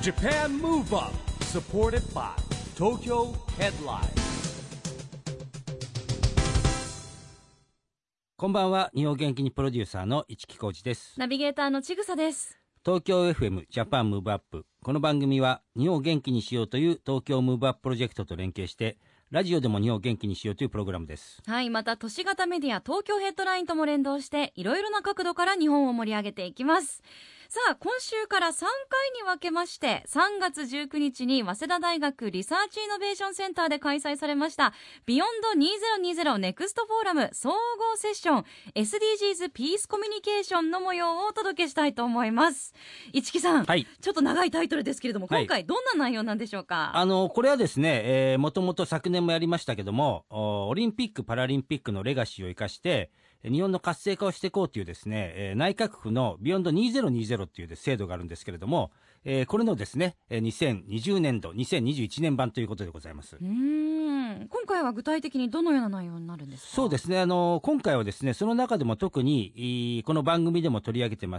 Japan Move Up, supported by Tokyo Headline. こんばんは。日本元気にプロデューサーの市木浩司です。 ナビゲーターのちぐさです。 東京 FM ジャパンムーブアップ。この番組は日本を元気にしようという東京ムーブアッププロジェクトと連携してラジオでも日本を元気にしようというプログラムです。 はい、また都市型メディア東京ヘッドラインとも連動していろいろな角度から日本を盛り上げていきます。さあ、今週から3回に分けまして3月19日に早稲田大学リサーチイノベーションセンターで開催されましたビヨンド2020ネクストフォーラム総合セッション SDGs ピースコミュニケーションの模様をお届けしたいと思います。市木さん、 はい、 ちょっと長いタイトルですけれども、今回どんな内容なんでしょうか。 これはですね、もともと昨年もやりましたけども、オリンピック・パラリンピックのレガシーを生かして日本の活性化をしていこうというですね、内閣府のビヨンド2020という制度があるんですけれども、これのですね、2020年度2021年版ということでございます。 今回は具体的にどのような内容になるんですか。 そうですね、今回はですね、その中でも特にこの番組でも取り上げてます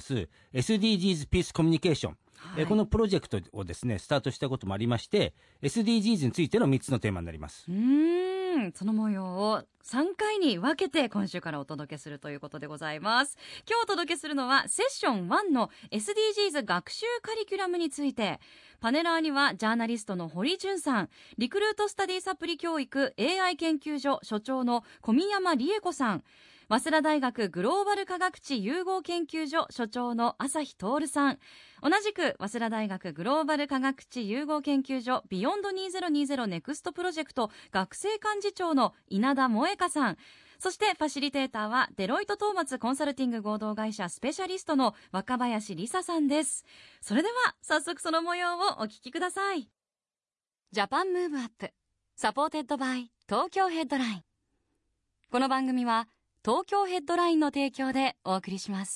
SDGs ピースコミュニケーション、はい、このプロジェクトをですねスタートしたこともありまして SDGs についての3つのテーマになります。 その模様を3回に分けて今週からお届けするということでございます。今日お届けするのはセッション1の SDGs 学習カリキュラムについて。パネラーにはジャーナリストの堀潤さん、リクルートスタディサプリ教育 AI 研究所所長の小宮山理恵子さん、早稲田大学グローバル科学地融合研究所所長の朝日徹さん、同じく早稲田大学グローバル科学地融合研究所ビヨンド2020ネクストプロジェクト学生幹事長の稲田萌香さん、そしてファシリテーターはデロイトトーマツコンサルティング合同会社スペシャリストの若林理沙さんです。それでは早速その模様をお聞きください。ジャパンムーブアップサポーテッドバイ東京ヘッドライン。この番組は東京ヘッドラインの提供でお送りします。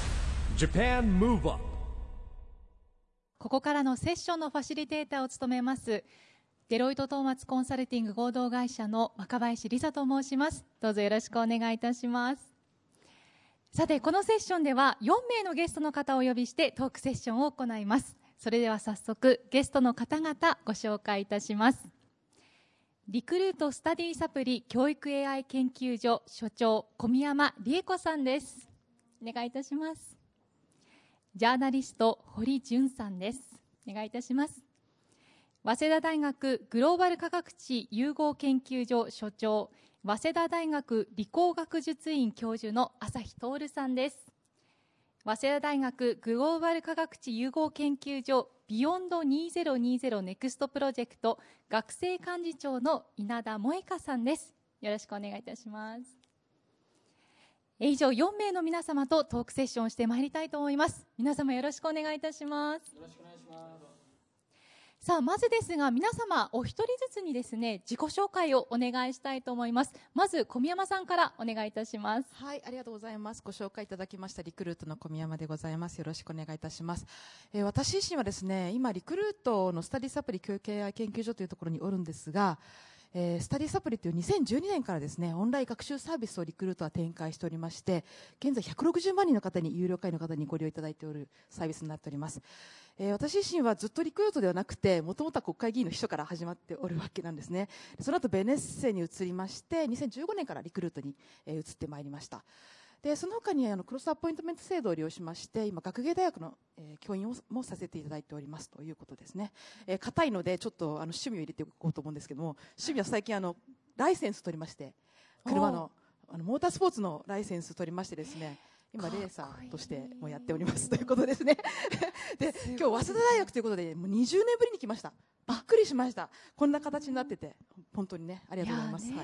Japan Move Up。 ここからのセッションのファシリテーターを務めますデロイトトーマツコンサルティング合同会社の若林理沙と申します。どうぞよろしくお願いいたします。さて、このセッションでは4名のゲストの方をお呼びしてトークセッションを行います。それでは早速ゲストの方々ご紹介いたします。リクルートスタディサプリ教育 AI 研究所所長小宮山理恵子さんです。お願いいたします。ジャーナリスト堀潤さんです。お願いいたします。早稲田大学グローバル科学地融合研究所所長、早稲田大学理工学術院教授の朝日徹さんです。早稲田大学グローバル科学地融合研究所ビヨンド2020ネクストプロジェクト学生幹事長の稲田萌香さんです。よろしくお願いいたします。以上4名の皆様とトークセッションをしてまいりたいと思います。皆様よろしくお願いいたします。 よろしくお願いします。 さあ、まずですが皆様お一人ずつにですね自己紹介をお願いしたいと思います。まず小宮山さんからお願いいたします。 はい、ありがとうございます。ご紹介いただきましたリクルートの小宮山でございます。よろしくお願いいたします。私自身はですね今リクルートのスタディサプリ教育 AI 研究所というところにおるんですが、スタディサプリという2012年からですねオンライン学習サービスをリクルートは展開しておりまして、現在160万人の方に有料会員の方にご利用いただいておるサービスになっております。私自身はずっとリクルートではなくてもともとは国会議員の秘書から始まっておるわけなんですね。その後ベネッセに移りまして2015年からリクルートに移ってまいりました。でその他にクロスアポイントメント制度を利用しまして今学芸大学の、教員をもさせていただいておりますということですね。硬いのでちょっと趣味を入れていこうと思うんですけども、趣味は最近ライセンス取りまして車のモータースポーツのライセンス取りましてですね今レーサーとしてもやっておりますということですね。で今日早稲田大学ということでもう20年ぶりに来ました。びっくりしました。こんな形になってて本当にねありがとうございます。はい、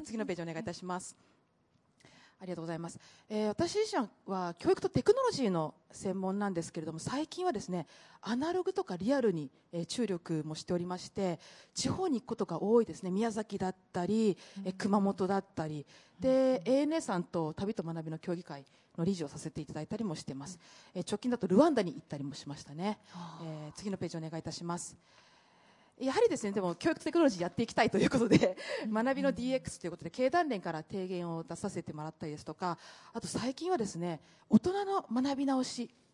次のページお願いいたします。ありがとうございます。私自身は教育とテクノロジーの専門なんですけれども、最近はですねアナログとかリアルに、注力もしておりまして地方に行くことが多いですね。宮崎だったり、熊本だったりで ANA さんと旅と学びの協議会の理事をさせていただいたりもしています。直近だとルワンダに行ったりもしましたね。次のページお願いいたします。やはりですね、でも教育テクノロジーやっていきたいということで学びの DX ということで経団連から提言を出させてもらったりですとか、あと最近はですね大人の学び直し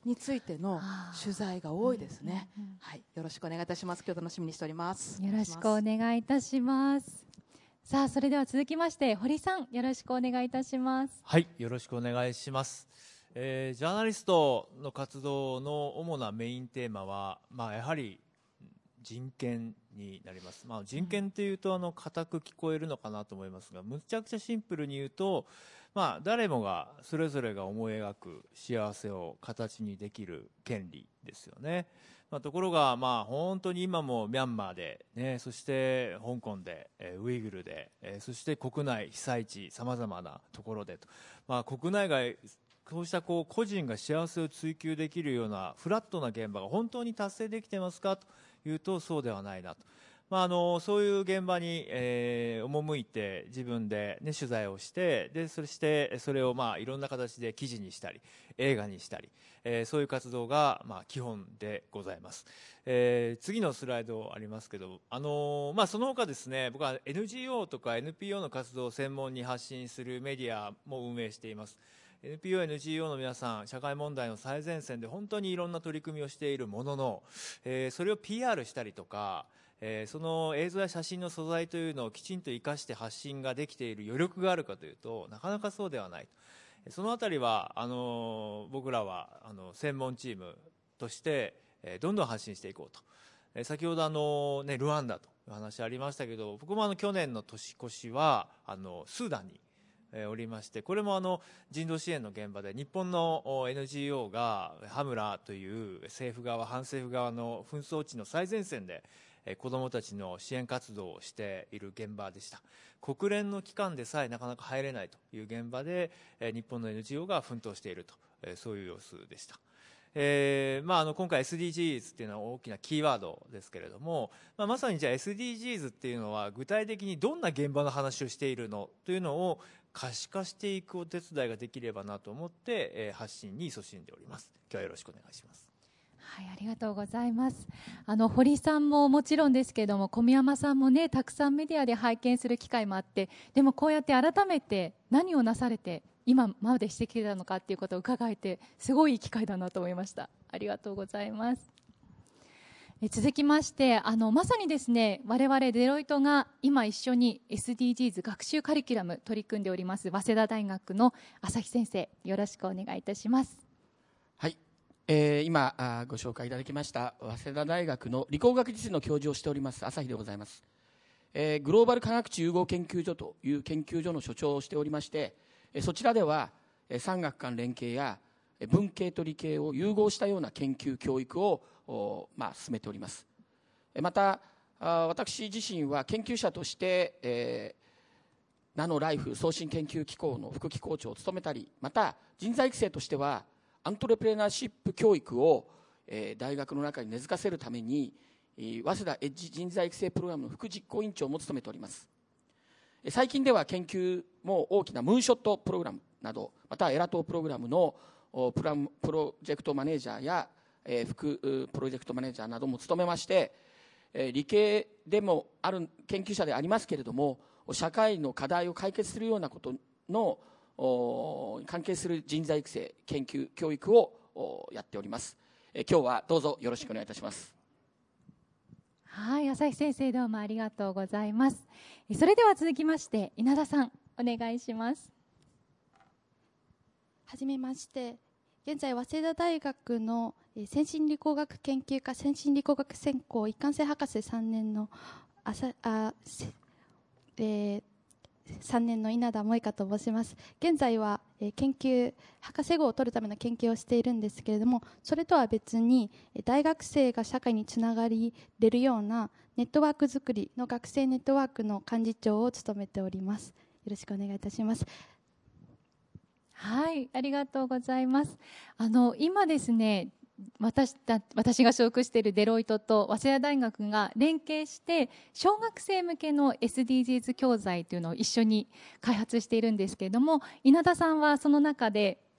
についての取材が多いですね。はい、よろしくお願いいたします。今日楽しみにしております。 よろしくお願いいたします。さあ、それでは続きまして堀さん、よろしくお願いいたします。 はい、よろしくお願いします。ジャーナリストの活動の主なメインテーマは、やはり人権になります。人権というと固く聞こえるのかなと思いますが、むちゃくちゃシンプルに言うと、誰もがそれぞれが思い描く幸せを形にできる権利ですよね。ところが本当に今もミャンマーで、ね、そして香港で、ウイグルで、そして国内被災地さまざまなところでと、国内外そうした個人が幸せを追求できるようなフラットな現場が本当に達成できてますかというとそうではないなと。そういう現場に、赴いて自分で、取材をしてそしてそれをいろんな形で記事にしたり映画にしたり、そういう活動が、基本でございます。次のスライドありますけど、その他ですね、僕は NGO とか NPO の活動を専門に発信するメディアも運営しています。NPO、NGO の皆さん、社会問題の最前線で本当にいろんな取り組みをしているものの、それを PR したりとか、その映像や写真の素材というのをきちんと生かして発信ができている余力があるかというとなかなかそうではない。そのあたりは僕らは専門チームとしてどんどん発信していこうと。先ほどルワンダという話ありましたけど、僕も去年の年越しはスーダンにおりまして、これも人道支援の現場で日本の NGO がハムラという政府側反政府側の紛争地の最前線で子どもたちの支援活動をしている現場でした。国連の機関でさえなかなか入れないという現場で日本の NGO が奮闘していると、そういう様子でした。今回 SDGs っていうのは大きなキーワードですけれども、まさにじゃあ SDGs っていうのは具体的にどんな現場の話をしているのというのを可視化していくお手伝いができればなと思って、発信に勤しんでおります。今日はよろしくお願いします。 はい、ありがとうございます。堀さんももちろんですけれども、小宮山さんもね、たくさんメディアで拝見する機会もあって、でもこうやって改めて何をなされて今までしてきてたのかっていうことを伺えて、すごいいい機会だなと思いました。ありがとうございます。続きましてまさにですね、我々デロイトが今一緒に SDGs 学習カリキュラム取り組んでおります早稲田大学の朝日先生、よろしくお願いいたします。 はい、今ご紹介いただきました早稲田大学の理工学実の教授をしております朝日でございます。グローバル科学地融合研究所という研究所の所長をしておりまして、そちらでは産学間連携や文系と理系を融合したような研究教育を進めております。また私自身は研究者として、ナノライフ送信研究機構の副機構長を務めたり、また人材育成としてはアントレプレナーシップ教育を、大学の中に根付かせるために早稲田エッジ人材育成プログラムの副実行委員長も務めております。最近では研究も大きなムーンショットプログラムなど、またエラトープログラムのプロジェクトマネージャーや副プロジェクトマネージャーなども務めまして、理系でもある研究者でありますけれども、社会の課題を解決するようなことの関係する人材育成研究教育をやっております。今日はどうぞよろしくお願いいたします。 はい、朝日先生、どうもありがとうございます。それでは続きまして稲田さん、お願いします。 はじめまして。現在早稲田大学の先進理工学研究科先進理工学専攻一貫性博士3年の3年の稲田萌香と申します。現在は博士号を取るための研究をしているんですけれども、それとは別に大学生が社会につながれるようなネットワーク作りの学生ネットワークの幹事長を務めております。よろしくお願いいたします。 はい、ありがとうございます。今ですね、私が所属しているデロイトと早稲田大学が連携して小学生向けの SDGs 教材というのを一緒に開発しているんですけれども、稲田さんはその中で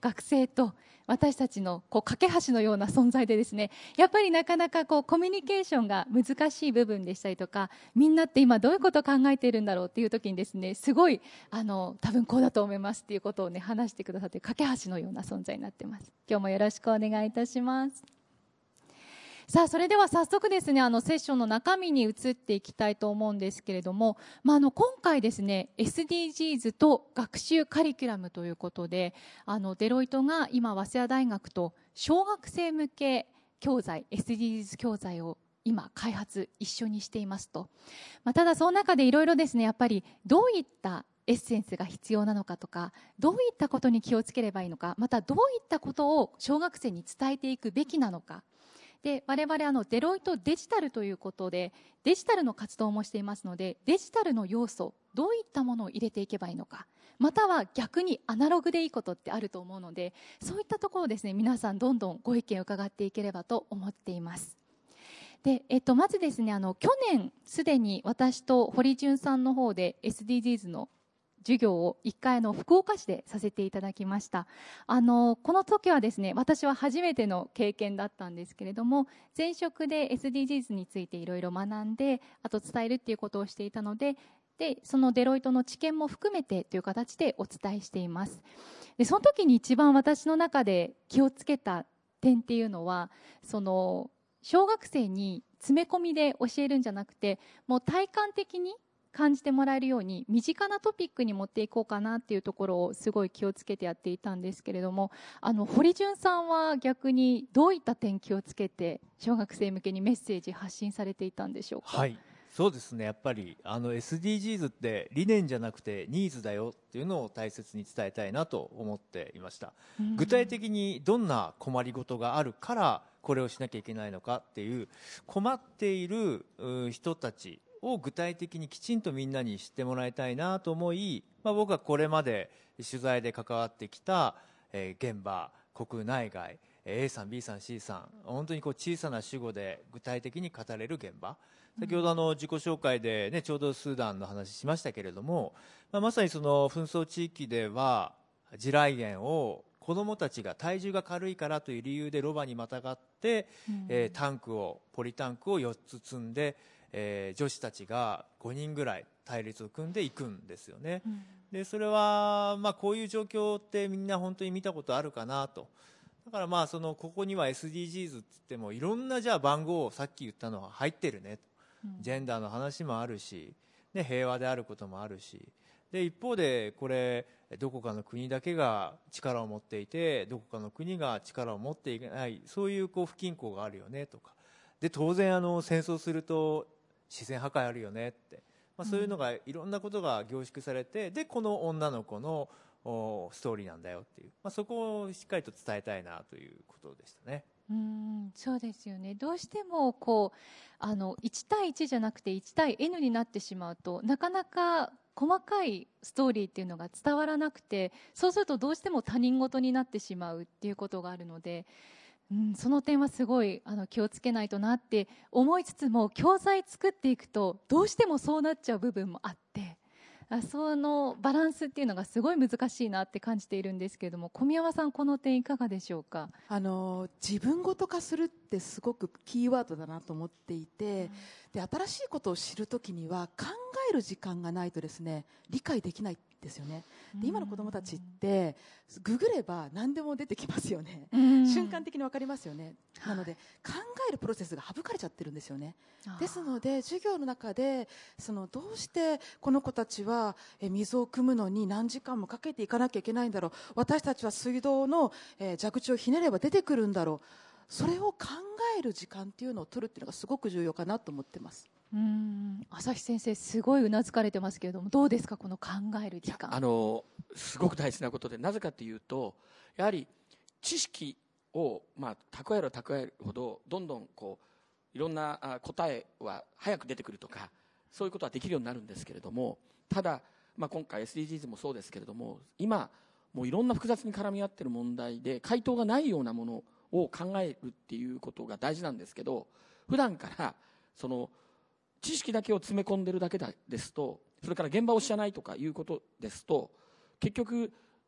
学生と私たちの架け橋のような存在でですね、やっぱりなかなかコミュニケーションが難しい部分でしたりとか、みんなって今どういうことを考えているんだろうっていう時にですね、すごい多分こうだと思いますっていうことをね話してくださって架け橋のような存在になってます。今日もよろしくお願いいたします。さあ、それでは早速ですね、セッションの中身に移っていきたいと思うんですけれども、今回ですね、SDGs と学習カリキュラムということで、デロイトが今、早稲田大学と小学生向け教材、SDGs 教材を今、開発一緒にしていますと。ただ、その中でいろいろですね、やっぱりどういったエッセンスが必要なのかとか、どういったことに気をつければいいのか、またどういったことを小学生に伝えていくべきなのか。で、我々デロイトデジタルということでデジタルの活動もしていますので、デジタルの要素どういったものを入れていけばいいのか、または逆にアナログでいいことってあると思うので、そういったところをですね、皆さんどんどんご意見を伺っていければと思っています。で、まずですね、去年すでに私と堀潤さんの方で SDGs の授業を1回福岡市でさせていただきました。この時はですね、私は初めての経験だったんですけれども、前職で SDGs についていろいろ学んで、あと伝えるっていうことをしていたので、そのデロイトの知見も含めてという形でお伝えしています。で、その時に一番私の中で気をつけた点っていうのは、小学生に詰め込みで教えるんじゃなくて、もう体感的に感じてもらえるように身近なトピックに持っていこうかなっていうところをすごい気をつけてやっていたんですけれども、堀潤さんは逆にどういった点気をつけて小学生向けにメッセージ発信されていたんでしょうか。 はい、そうですね、やっぱりSDGs って理念じゃなくてニーズだよっていうのを大切に伝えたいなと思っていました。具体的にどんな困りごとがあるからこれをしなきゃいけないのかっていう、困っている人たちを具体的にきちんとみんなに知ってもらいたいなと思い、僕はこれまで取材で関わってきた、現場、国内外、A さん B さん C さん、本当に小さな主語で具体的に語れる現場、先ほど自己紹介で、ね、ちょうどスーダンの話しましたけれども、まさにその紛争地域では地雷原を子どもたちが体重が軽いからという理由でロバにまたがって、ポリタンクを4つ積んで、女子たちが5人ぐらい対立を組んでいくんですよね。でそれは、こういう状況ってみんな本当に見たことあるかなと。だからここには SDGs って言ってもいろんなじゃあ番号をさっき言ったのは入ってるねと、ジェンダーの話もあるし、で平和であることもあるし、で一方でこれどこかの国だけが力を持っていてどこかの国が力を持っていない、そういう不均衡があるよねとかで、当然戦争すると自然破壊あるよねって、そういうのがいろんなことが凝縮されて、でこの女の子のストーリーなんだよっていう、そこをしっかりと伝えたいなということでしたね。 そうですよね。どうしても1対1じゃなくて1対 N になってしまうと、なかなか細かいストーリーっていうのが伝わらなくて、そうするとどうしても他人事になってしまうっていうことがあるので、その点はすごい気をつけないとなって思いつつも、教材作っていくとどうしてもそうなっちゃう部分もあって、そのバランスっていうのがすごい難しいなって感じているんですけれども、小宮山さん、この点いかがでしょうか。 自分ごと化するってすごくキーワードだなと思っていて、で新しいことを知るときには考える時間がないとですね、理解できないですよね。で今の子どもたちってググれば何でも出てきますよね。瞬間的に分かりますよね。なので考えるプロセスが省かれちゃってるんですよね。ですので授業の中でどうしてこの子たちは水を汲むのに何時間もかけていかなきゃいけないんだろう、私たちは水道の蛇口をひねれば出てくるんだろう、それを考える時間っていうのを取るっていうのがすごく重要かなと思ってます。 朝日先生、すごいうなずかれてますけれども、どうですか、この考える時間。 すごく大事なことで、なぜかというと、やはり知識を蓄えれば蓄えるほどどんどんいろんな答えは早く出てくるとか、そういうことはできるようになるんですけれども、ただ、今回 SDGs もそうですけれども、今もういろんな複雑に絡み合っている問題で回答がないようなものを考えるっていうことが大事なんですけど、普段から知識だけを詰め込んでるだけですと、それから現場を知らないとかいうことですと、結局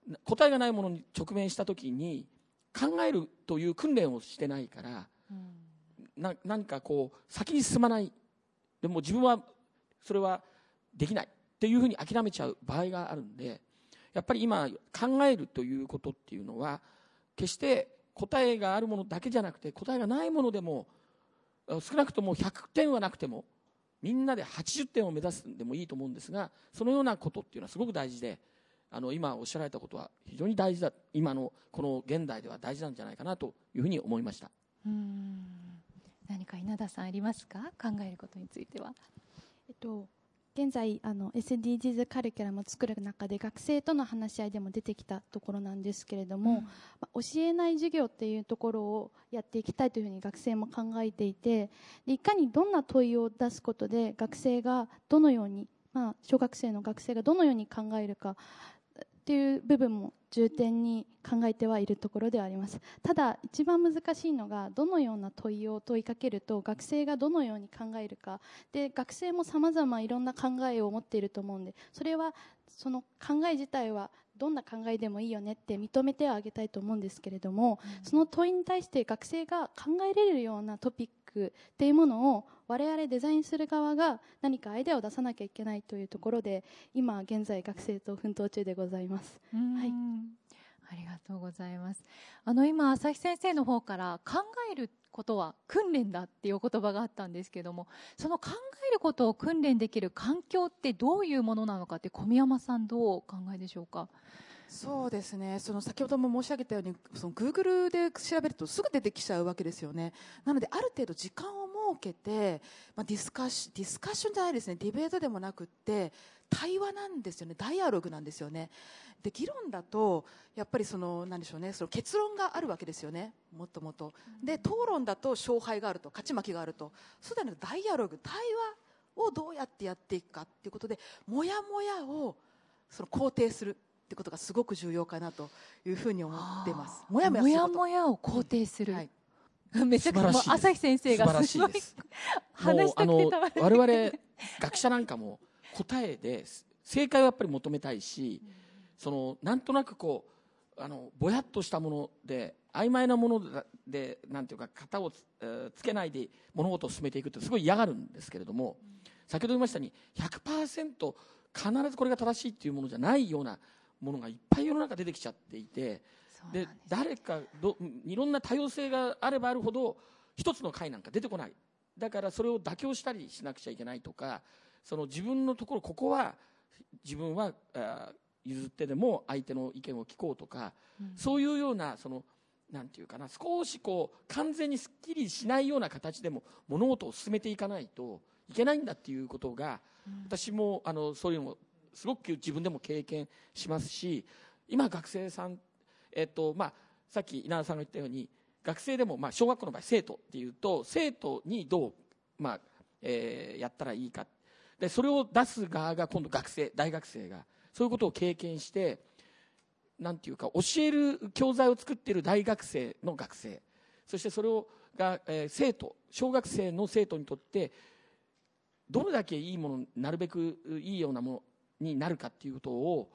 答えがないものに直面したときに考えるという訓練をしてないから、何かこう先に進まない、でも自分はそれはできないっていうふうに諦めちゃう場合があるんで、やっぱり今考えるということっていうのは決して答えがあるものだけじゃなくて、答えがないものでも少なくとも100点はなくてもみんなで80点を目指すんでもいいと思うんですが、そのようなことっていうのはすごく大事で、今おっしゃられたことは非常に大事だ、今のこの現代では大事なんじゃないかなというふうに思いました。 何か稲田さんありますか、考えることについては。 現在SDGs カリキュラムを作る中で学生との話し合いでも出てきたところなんですけれども、教えない授業っていうところをやっていきたいというふうに学生も考えていて、でいかにどんな問いを出すことで学生がどのように、小学生の学生がどのように考えるかっていう部分も重点に考えてはいるところではあります。ただ一番難しいのが、どのような問いを問いかけると学生がどのように考えるかで、学生もさまざまいろんな考えを持っていると思うんで、それはその考え自体はどんな考えでもいいよねって認めてはあげたいと思うんですけれども、その問いに対して学生が考えれるようなトピックっていうものを我々デザインする側が何かアイデアを出さなきゃいけないというところで、今現在学生と奮闘中でございます。はい、 ありがとうございます。今朝日先生の方から考えることは訓練だっていうお言葉があったんですけども、その考えることを訓練できる環境ってどういうものなのかって、小宮山さんどうお考えでしょうか。 そうですね、先ほども申し上げたように、Google で調べるとすぐ出てきちゃうわけですよね。なのである程度時間を設けて、ディスカッションじゃないですね、ディベートでもなくって対話なんですよね、ダイアログなんですよね。で議論だとやっぱりなんでしょうね、結論があるわけですよね、もっともっと。で討論だと勝敗があると、勝ち負けがあると。そうだね、ダイアログ、対話をどうやってやっていくかっていうことで、もやもやを肯定するってことがすごく重要かなというふうに思っています。もやもやすること、 もやもやを肯定する、 はい、 めちゃくちゃ朝日先生がすごい話したくてたまらない。 我々学者なんかも答えで正解をやっぱり求めたいし、なんとなくぼやっとしたもので曖昧なものでなんていうか型をつけないで物事を進めていくってすごい嫌がるんですけれども、先ほど言いましたように 100% 必ずこれが正しいっていうものじゃないようなものがいっぱい世の中出てきちゃっていて、で誰かいろんな多様性があればあるほど一つの解なんか出てこない。だからそれを妥協したりしなくちゃいけないとか、自分のところここは自分は譲ってでも相手の意見を聞こうとか、そういうようななんていうかな、少し完全にすっきりしないような形でも物事を進めていかないといけないんだっていうことが、私もそういうのもすごく自分でも経験しますし、今学生さん、さっき稲田さんが言ったように学生でも、小学校の場合生徒っていうと生徒にどう、やったらいいかで、それを出す側が今度大学生がそういうことを経験して、なんていうか教える教材を作っている大学生の学生、そしてそれが、小学生の生徒にとってどれだけいいもの、なるべくいいようなものになるかっていうことを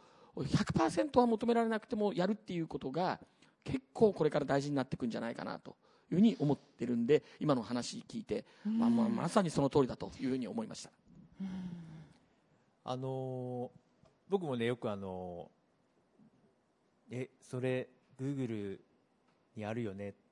100% は求められなくてもやるっていうことが結構これから大事になっていくんじゃないかなというふうに思ってるんで、今の話聞いて、まさにその通りだというふうに思いました。 僕もね、よくそれ Google にあるよねって、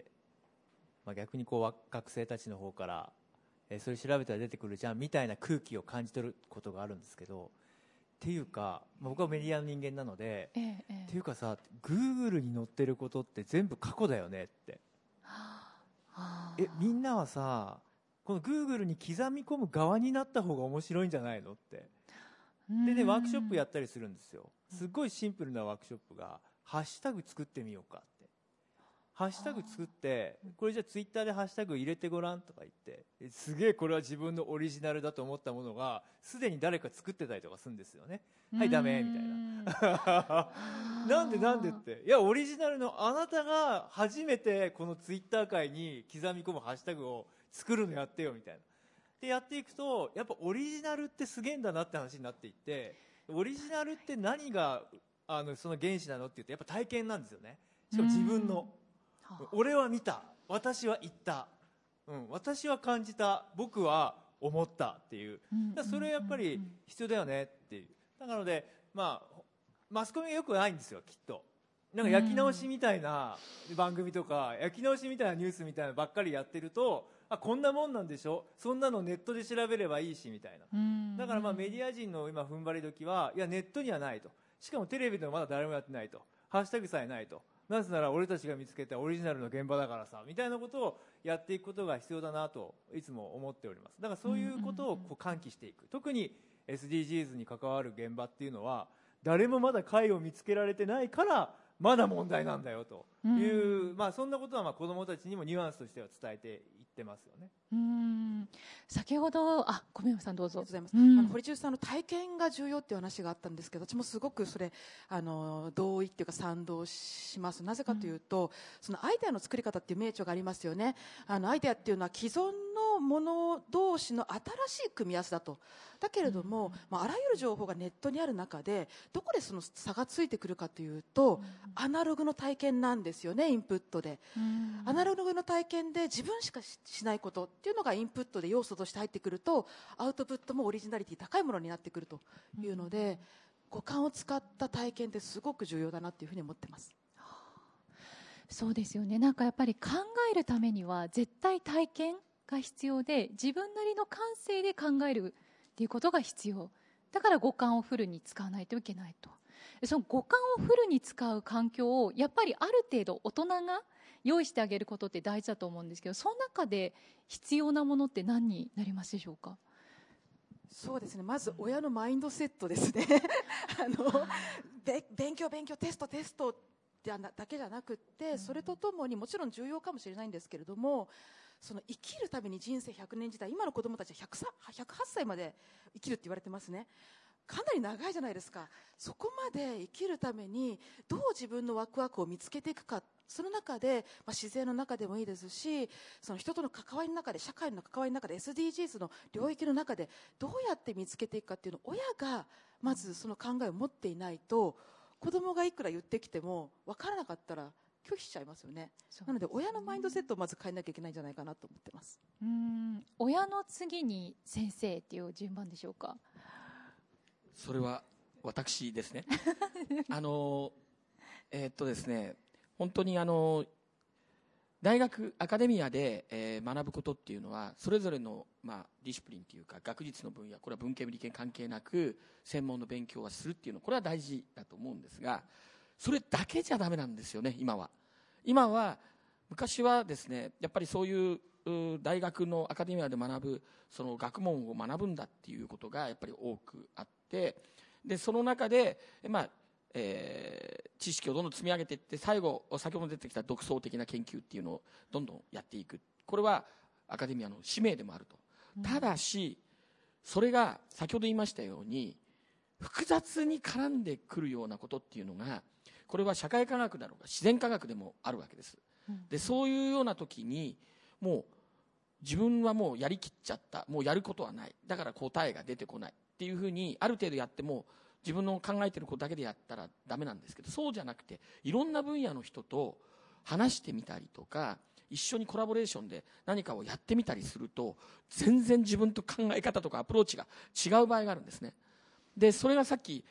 逆に学生たちの方からそれ調べたら出てくるじゃんみたいな空気を感じ取ることがあるんですけど、っていうか、僕はメディアの人間なので、っていうかさ、 Google に載ってることって全部過去だよねって、みんなはさ、この Google に刻み込む側になった方が面白いんじゃないのって。でね、ワークショップやったりするんですよ。すごいシンプルなワークショップが、ハッシュタグ作ってみようかって、ハッシュタグ作って、これじゃあツイッターでハッシュタグ入れてごらんとか言って、すげえこれは自分のオリジナルだと思ったものがすでに誰か作ってたりとかするんですよね。はい、ダメみたいななんでって、いやオリジナルのあなたが初めてこのツイッター界に刻み込むハッシュタグを作るのやってよみたいな。でやっていくと、やっぱオリジナルってすげえんだなって話になっていって、オリジナルって何がその原子なのって言うとやっぱ体験なんですよね。しかも自分の、俺は見た、私は言った、私は感じた、僕は思ったっていう、それやっぱり必要だよねっていう。だからので、マスコミがよくないんですよ、きっと。なんか焼き直しみたいな番組とか焼き直しみたいなニュースみたいなのばっかりやってると、こんなもんなんでしょ、そんなのネットで調べればいいしみたいな。だからメディア人の今踏ん張り時は、いやネットにはないと、しかもテレビでもまだ誰もやってないと、ハッシュタグさえないと、なぜなら俺たちが見つけたオリジナルの現場だからさみたいなことをやっていくことが必要だなといつも思っております。だからそういうことを喚起していく、特に SDGs に関わる現場っていうのは誰もまだ解を見つけられてないからまだ問題なんだよという、そんなことは子どもたちにもニュアンスとしては伝えていってますよね。 先ほど小宮山さんどうぞ。 ありがとうございます。堀中さんの体験が重要っていう話があったんですけど、私もすごくそれ同意っていうか賛同します。なぜかというと、そのアイデアの作り方っていう名著がありますよね。アイデアっていうのは既存のもの同士の新しい組み合わせだと。だけれども、あらゆる情報がネットにある中でどこでその差がついてくるかというと、アナログの体験なんですよね。インプットで、アナログの体験で自分しかしないことっていうのがインプットで要素として入ってくると、アウトプットもオリジナリティ高いものになってくるというので、五感を使った体験ってすごく重要だなというふうに思ってます。 そうですよね。なんかやっぱり考えるためには絶対体験が必要で、自分なりの感性で考えるっていうことが必要だから、五感をフルに使わないといけないと。その五感をフルに使う環境をやっぱりある程度大人が用意してあげることって大事だと思うんですけど、その中で必要なものって何になりますでしょうか。 そうですね、まず親のマインドセットですね勉強テストだけじゃなくって、それとともにもちろん重要かもしれないんですけれども、その生きるために人生100年時代、今の子どもたちは108歳まで生きるって言われてますね。かなり長いじゃないですか。そこまで生きるためにどう自分のワクワクを見つけていくか、その中で、自然の中でもいいですし、その人との関わりの中で、社会の関わりの中で、 SDGs の領域の中でどうやって見つけていくかっていうのを親がまずその考えを持っていないと、子供がいくら言ってきても分からなかったら拒否しちゃいますよね。なので親のマインドセットをまず変えなきゃいけないんじゃないかなと思ってます。 親の次に先生っていう順番でしょうか。 それは私ですねですね、本当に大学アカデミアで、学ぶことっていうのは、それぞれの、ディシプリンというか学術の分野、これは文系理系関係なく専門の勉強はするっていうの、これは大事だと思うんですが、それだけじゃダメなんですよね。今は昔はですね、やっぱりそういう大学のアカデミアで学ぶ、その学問を学ぶんだっていうことがやっぱり多くあって、でその中で、知識をどんどん積み上げていって、最後先ほど出てきた独創的な研究っていうのをどんどんやっていく、これはアカデミアの使命でもあると。ただしそれが先ほど言いましたように複雑に絡んでくるようなことっていうのが、これは社会科学だろうが自然科学でもあるわけです。でそういうような時に、もう自分はもうやりきっちゃった、もうやることはない、だから答えが出てこないっていうふうにある程度やっても、自分の考えてることだけでやったらダメなんですけど、そうじゃなくていろんな分野の人と話してみたりとか、一緒にコラボレーションで何かをやってみたりすると、全然自分と考え方とかアプローチが違う場合があるんですね。でそれがさっき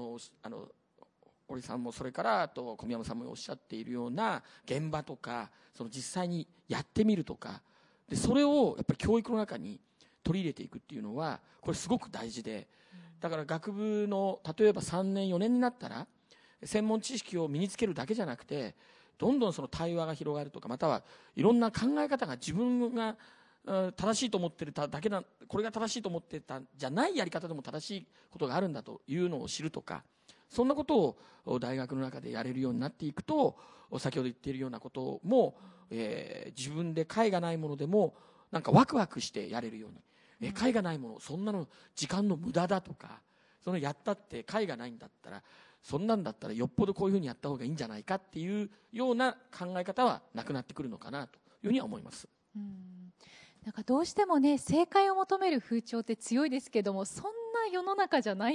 堀さんもそれからあと小宮山さんもおっしゃっているような現場とか、その実際にやってみるとかで、それをやっぱり教育の中に取り入れていくっていうのは、これすごく大事で、だから学部の例えば3年4年になったら専門知識を身につけるだけじゃなくて、どんどんその対話が広がるとか、またはいろんな考え方が自分が正しいと思ってるだけだ、これが正しいと思ってたじゃないやり方でも正しいことがあるんだというのを知るとか、そんなことを大学の中でやれるようになっていくと、先ほど言っているようなことも、自分で解がないものでもなんかワクワクしてやれるように、解がないもの、そんなの時間の無駄だとか、そのやったって解がないんだったら、そんなんだったらよっぽどこういうふうにやった方がいいんじゃないかっていうような考え方はなくなってくるのかなというふうには思います。 なんかどうしてもね、正解を求める風潮って強いですけども、そんな世の中じゃないよっ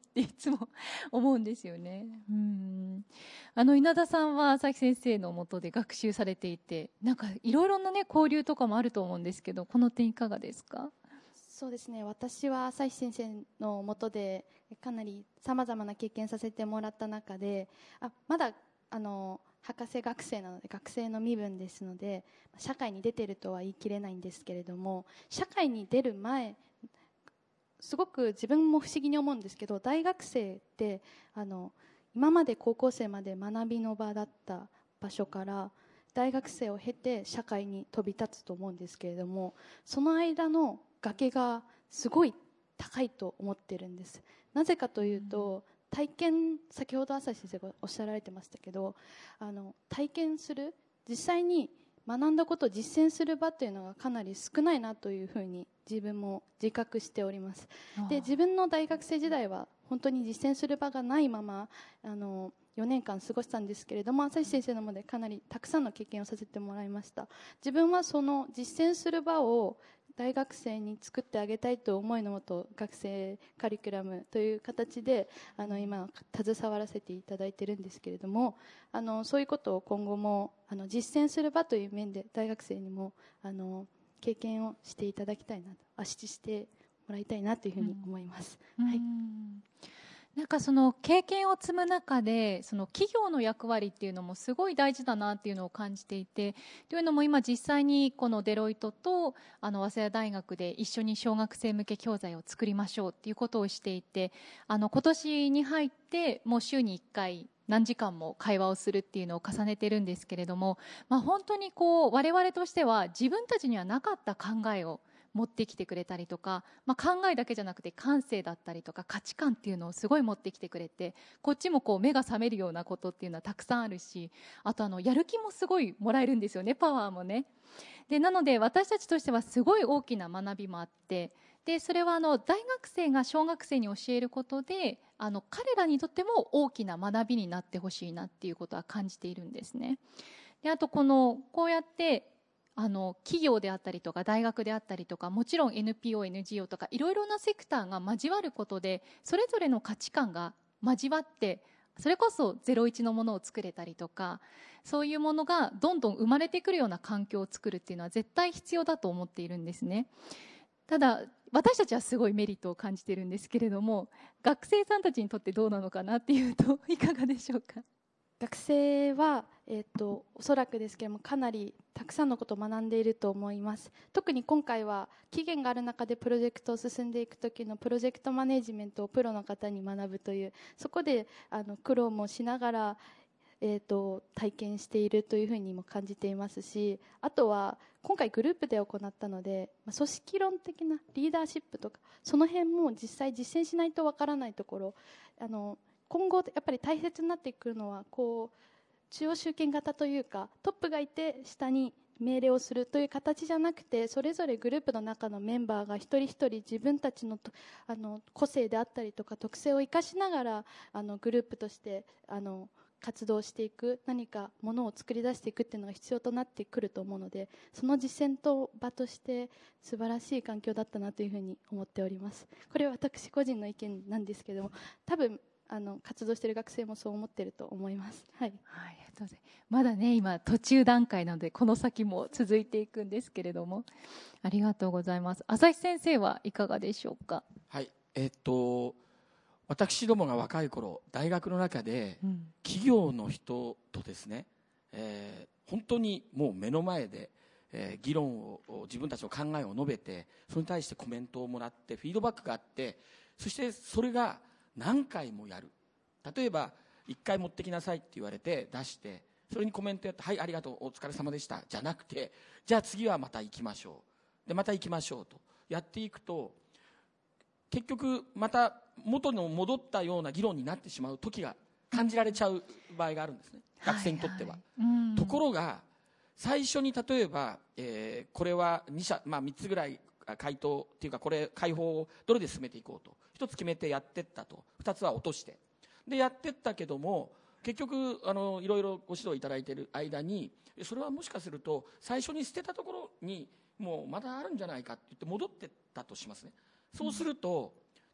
っていつも思うんですよね。稲田さんは朝日先生の下で学習されていて、なんかいろいろなね交流とかもあると思うんですけど、この点いかがですか？ そうですね、私は朝日先生の下でかなりさまざまな経験させてもらった中で、まだ博士学生なので学生の身分ですので社会に出ているとは言い切れないんですけれども、社会に出る前すごく自分も不思議に思うんですけど、大学生って今まで高校生まで学びの場だった場所から大学生を経て社会に飛び立つと思うんですけれども、その間の崖がすごい高いと思ってるんです。なぜかというと、体験、先ほど朝日先生がおっしゃられてましたけど、体験する、実際に学んだことを実践する場というのがかなり少ないなというふうに自分も自覚しております。で、自分の大学生時代は本当に実践する場がないまま4年間過ごしたんですけれども、朝日先生のもでかなりたくさんの経験をさせてもらいました。自分はその実践する場を大学生に作ってあげたいという思いのもと、学生カリキュラムという形で今携わらせていただいているんですけれども、そういうことを今後も実践する場という面で大学生にも経験をしていただきたいなと、アシストしてもらいたいなというふうに思います。はい。 なんかその経験を積む中でその企業の役割っていうのもすごい大事だなっていうのを感じていて、というのも今実際にこのデロイトと早稲田大学で一緒に小学生向け教材を作りましょうっていうことをしていて、今年に入ってもう週に1回何時間も会話をするっていうのを重ねてるんですけれども、本当に我々としては自分たちにはなかった考えを持ってきてくれたりとか、考えだけじゃなくて感性だったりとか価値観っていうのをすごい持ってきてくれて、こっちも目が覚めるようなことっていうのはたくさんあるし、あとやる気もすごいもらえるんですよね、パワーもね。でなので私たちとしてはすごい大きな学びもあって、でそれは大学生が小学生に教えることで彼らにとっても大きな学びになってほしいなっていうことは感じているんですね。であとこうやって企業であったりとか大学であったりとか、もちろん NPO、NGO とかいろいろなセクターが交わることで、それぞれの価値観が交わって、それこそ01のものを作れたりとか、そういうものがどんどん生まれてくるような環境を作るっていうのは絶対必要だと思っているんですね。ただ私たちはすごいメリットを感じているんですけれども、学生さんたちにとってどうなのかなっていうといかがでしょうか？ 学生は、おそらくですけれどもかなりたくさんのことを学んでいると思います。特に今回は期限がある中でプロジェクトを進んでいく時のプロジェクトマネジメントをプロの方に学ぶという、そこで苦労もしながら、体験しているというふうにも感じていますし、あとは今回グループで行ったので、組織論的なリーダーシップとかその辺も実際実践しないとわからないところ、今後やっぱり大切になってくるのは中央集権型というか、トップがいて下に命令をするという形じゃなくて、それぞれグループの中のメンバーが一人一人自分たちの個性であったりとか特性を生かしながらグループとして活動していく、何かものを作り出していくっていうのが必要となってくると思うので、その実践と場として素晴らしい環境だったなというふうに思っております。これは私個人の意見なんですけども、多分活動している学生もそう思っていると思います。はい。 ありがとうございます。まだね今途中段階なのでこの先も続いていくんですけれども、ありがとうございます。朝日先生はいかがでしょうか？ はい、私どもが若い頃大学の中で企業の人とですね、本当にもう目の前で、議論を自分たちの考えを述べて、それに対してコメントをもらってフィードバックがあって、そしてそれが何回もやる。例えば1回持ってきなさいって言われて出して、それにコメントやって、はいありがとうお疲れ様でしたじゃなくて、じゃあ次はまた行きましょう、でまた行きましょうとやっていくと、結局また元の戻ったような議論になってしまう時が感じられちゃう場合があるんですね、学生にとっては。ところが最初に例えば、これは3つぐらい回答っていうか、これ解放をどれで進めていこうと一つ決めてやってったと、二つは落としてでやってったけども、結局いろいろご指導いただいている間に、それはもしかすると最初に捨てたところにもうまだあるんじゃないかって言って戻ってったとしますね。そうすると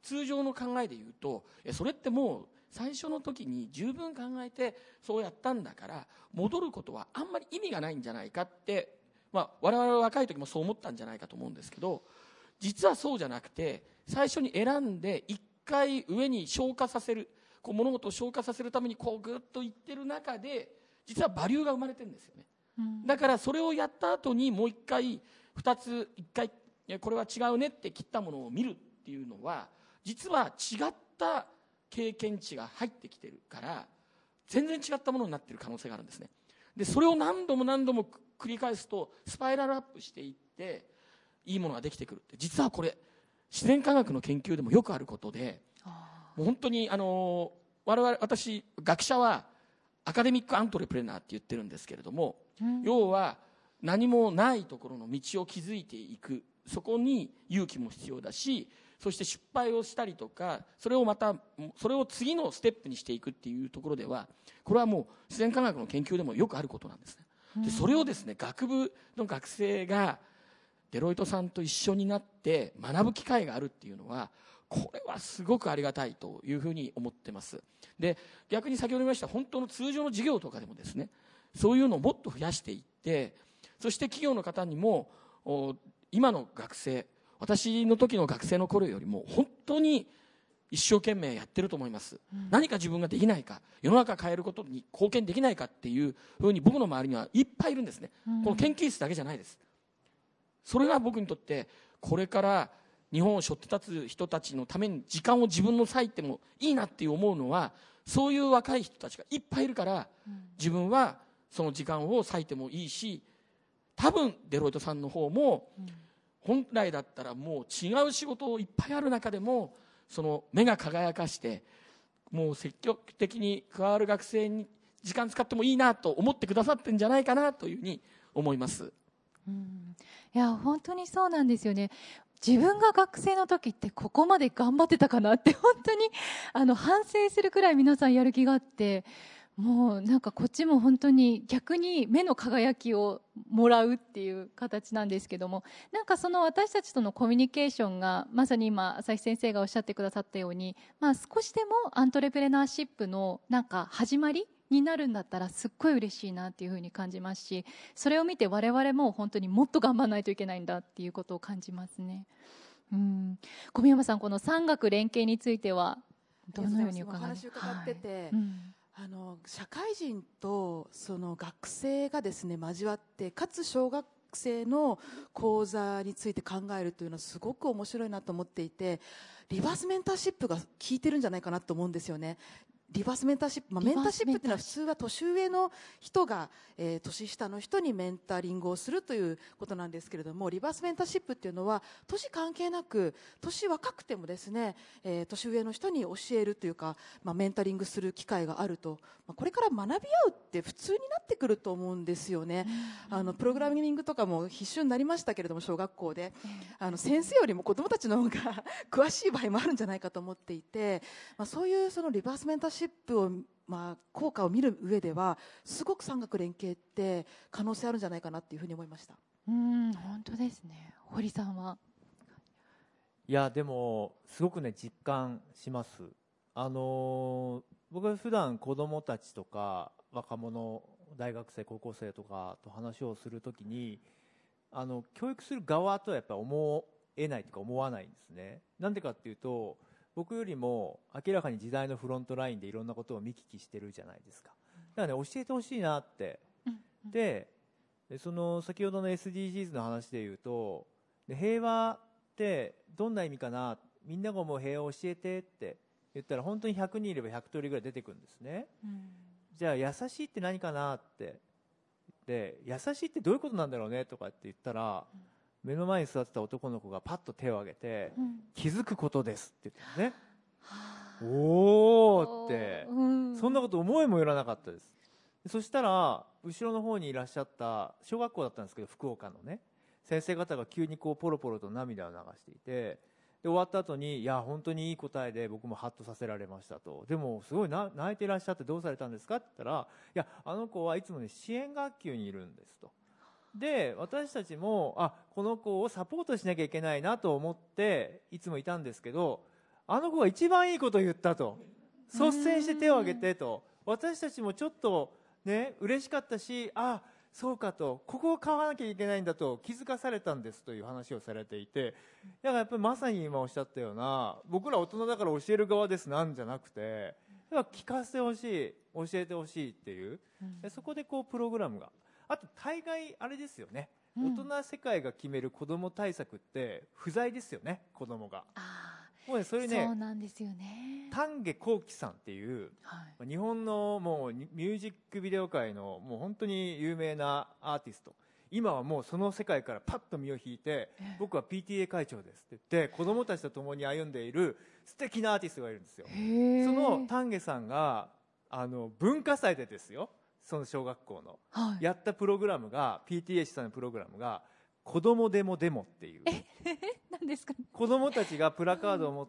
通常の考えで言うとそれってもう最初の時に十分考えてそうやったんだから戻ることはあんまり意味がないんじゃないかって、我々は若い時もそう思ったんじゃないかと思うんですけど、実はそうじゃなくて最初に選んで一回上に消化させる、物事を消化させるためにぐっといってる中で実はバリューが生まれてるんですよね。だからそれをやった後にもう一回これは違うねって切ったものを見るっていうのは実は違った経験値が入ってきてるから全然違ったものになっている可能性があるんですね。でそれを何度も何度も繰り返すとスパイラルアップしていっていいものができてくるって、実はこれ自然科学の研究でもよくあることで、もう本当に私学者はアカデミックアントレプレナーって言ってるんですけれども、要は何もないところの道を築いていく、そこに勇気も必要だし、そして失敗をしたりとかそれを次のステップにしていくっていうところではこれはもう自然科学の研究でもよくあることなんですね。でそれをですね学部の学生がデロイトさんと一緒になって学ぶ機会があるっていうのはこれはすごくありがたいというふうに思ってます。で逆に先ほど言いました本当の通常の授業とかでもですねそういうのをもっと増やしていって、そして企業の方にも今の学生、私の時の学生の頃よりも本当に一生懸命やってると思います、何か自分ができないか、世の中を変えることに貢献できないかっていうふうに僕の周りにはいっぱいいるんですね、この研究室だけじゃないです。それが僕にとってこれから日本を背負って立つ人たちのために時間を自分の割いてもいいなって思うのはそういう若い人たちがいっぱいいるから、自分はその時間を割いてもいいし、多分デロイトさんの方も本来だったらもう違う仕事をいっぱいある中でもその目が輝かしてもう積極的に加わる学生に時間使ってもいいなと思ってくださってるんじゃないかなというふうに思います。 いや本当にそうなんですよね。自分が学生の時ってここまで頑張ってたかなって本当に反省するくらい皆さんやる気があって、もうなんかこっちも本当に逆に目の輝きをもらうっていう形なんですけども、なんかその私たちとのコミュニケーションがまさに今朝日先生がおっしゃってくださったように、少しでもアントレプレナーシップのなんか始まりになるんだったらすっごい嬉しいなっていうふうに感じますし、それを見て我々も本当にもっと頑張らないといけないんだっていうことを感じますね。小宮山さん、この産学連携についてはどのようにお考えですか？ お話を伺ってて、社会人とその学生がですね交わって、かつ小学生の講座について考えるというのはすごく面白いなと思っていて、リバースメンターシップが効いてるんじゃないかなと思うんですよね。リバースメンターシップ、メンターシップっていうのは普通は年上の人が、年下の人にメンタリングをするということなんですけれども、リバースメンターシップっていうのは年関係なく年若くてもですね、年上の人に教えるというか、メンタリングする機会があると、これから学び合うって普通になってくると思うんですよね。プログラミングとかも必修になりましたけれども小学校で先生よりも子どもたちの方が詳しい場合もあるんじゃないかと思っていて、そういうそのリバースメンターシップを効果を見る上ではすごく産学連携って可能性あるんじゃないかなっていうふうに思いました。 本当ですね。堀さんは？ いやでもすごくね実感します。僕は普段子どもたちとか若者、大学生、高校生とかと話をするときに教育する側とはやっぱり思えないというか思わないんですね。なんでかっていうと、僕よりも明らかに時代のフロントラインでいろんなことを見聞きしてるじゃないですか。だからね教えてほしいなって、でその先ほどの SDGs の話でいうと、平和ってどんな意味かな、みんなが思う平和を教えてって言ったら本当に100人いれば100通りぐらい出てくるんですね、じゃあ優しいって何かなって、で優しいってどういうことなんだろうねとかって言ったら、目の前に座ってた男の子がパッと手を挙げて、気づくことですって言ってね、おーって、そんなこと思いもよらなかったです。そしたら後ろの方にいらっしゃった小学校だったんですけど、福岡のね先生方が急にこうポロポロと涙を流していて、で終わった後に、いや本当にいい答えで僕もハッとさせられましたと、でもすごい泣いていらっしゃってどうされたんですかって言ったら、いやあの子はいつもね支援学級にいるんですと。で私たちもこの子をサポートしなきゃいけないなと思っていつもいたんですけど、 あの子が一番いいことを言ったと、率先して手を挙げてと、私たちもちょっとね嬉しかったし、あ、そうかと、ここを買わなきゃいけないんだと気づかされたんですという話をされていて、だからやっぱりまさに今おっしゃったような、僕ら大人だから教える側ですなんじゃなくて、やっぱ聞かせてほしい、教えてほしいっていう、そこでこうプログラムが、あと大概あれですよね、大人世界が決める子ども対策って不在ですよね、子どもが。もうね、それね、 そうなんですよね。 丹下幸喜さんっていう、日本のもうミュージックビデオ界のもう本当に有名なアーティスト、今はもうその世界からパッと身を引いて、僕は PTA 会長ですって言って子供たちと共に歩んでいる素敵なアーティストがいるんですよ。その丹下さんが文化祭でですよ、その小学校の、やったプログラムが PTA 主催のプログラムが子供デモデモっていう、 何ですかね。 子供たちがプラカードを持って、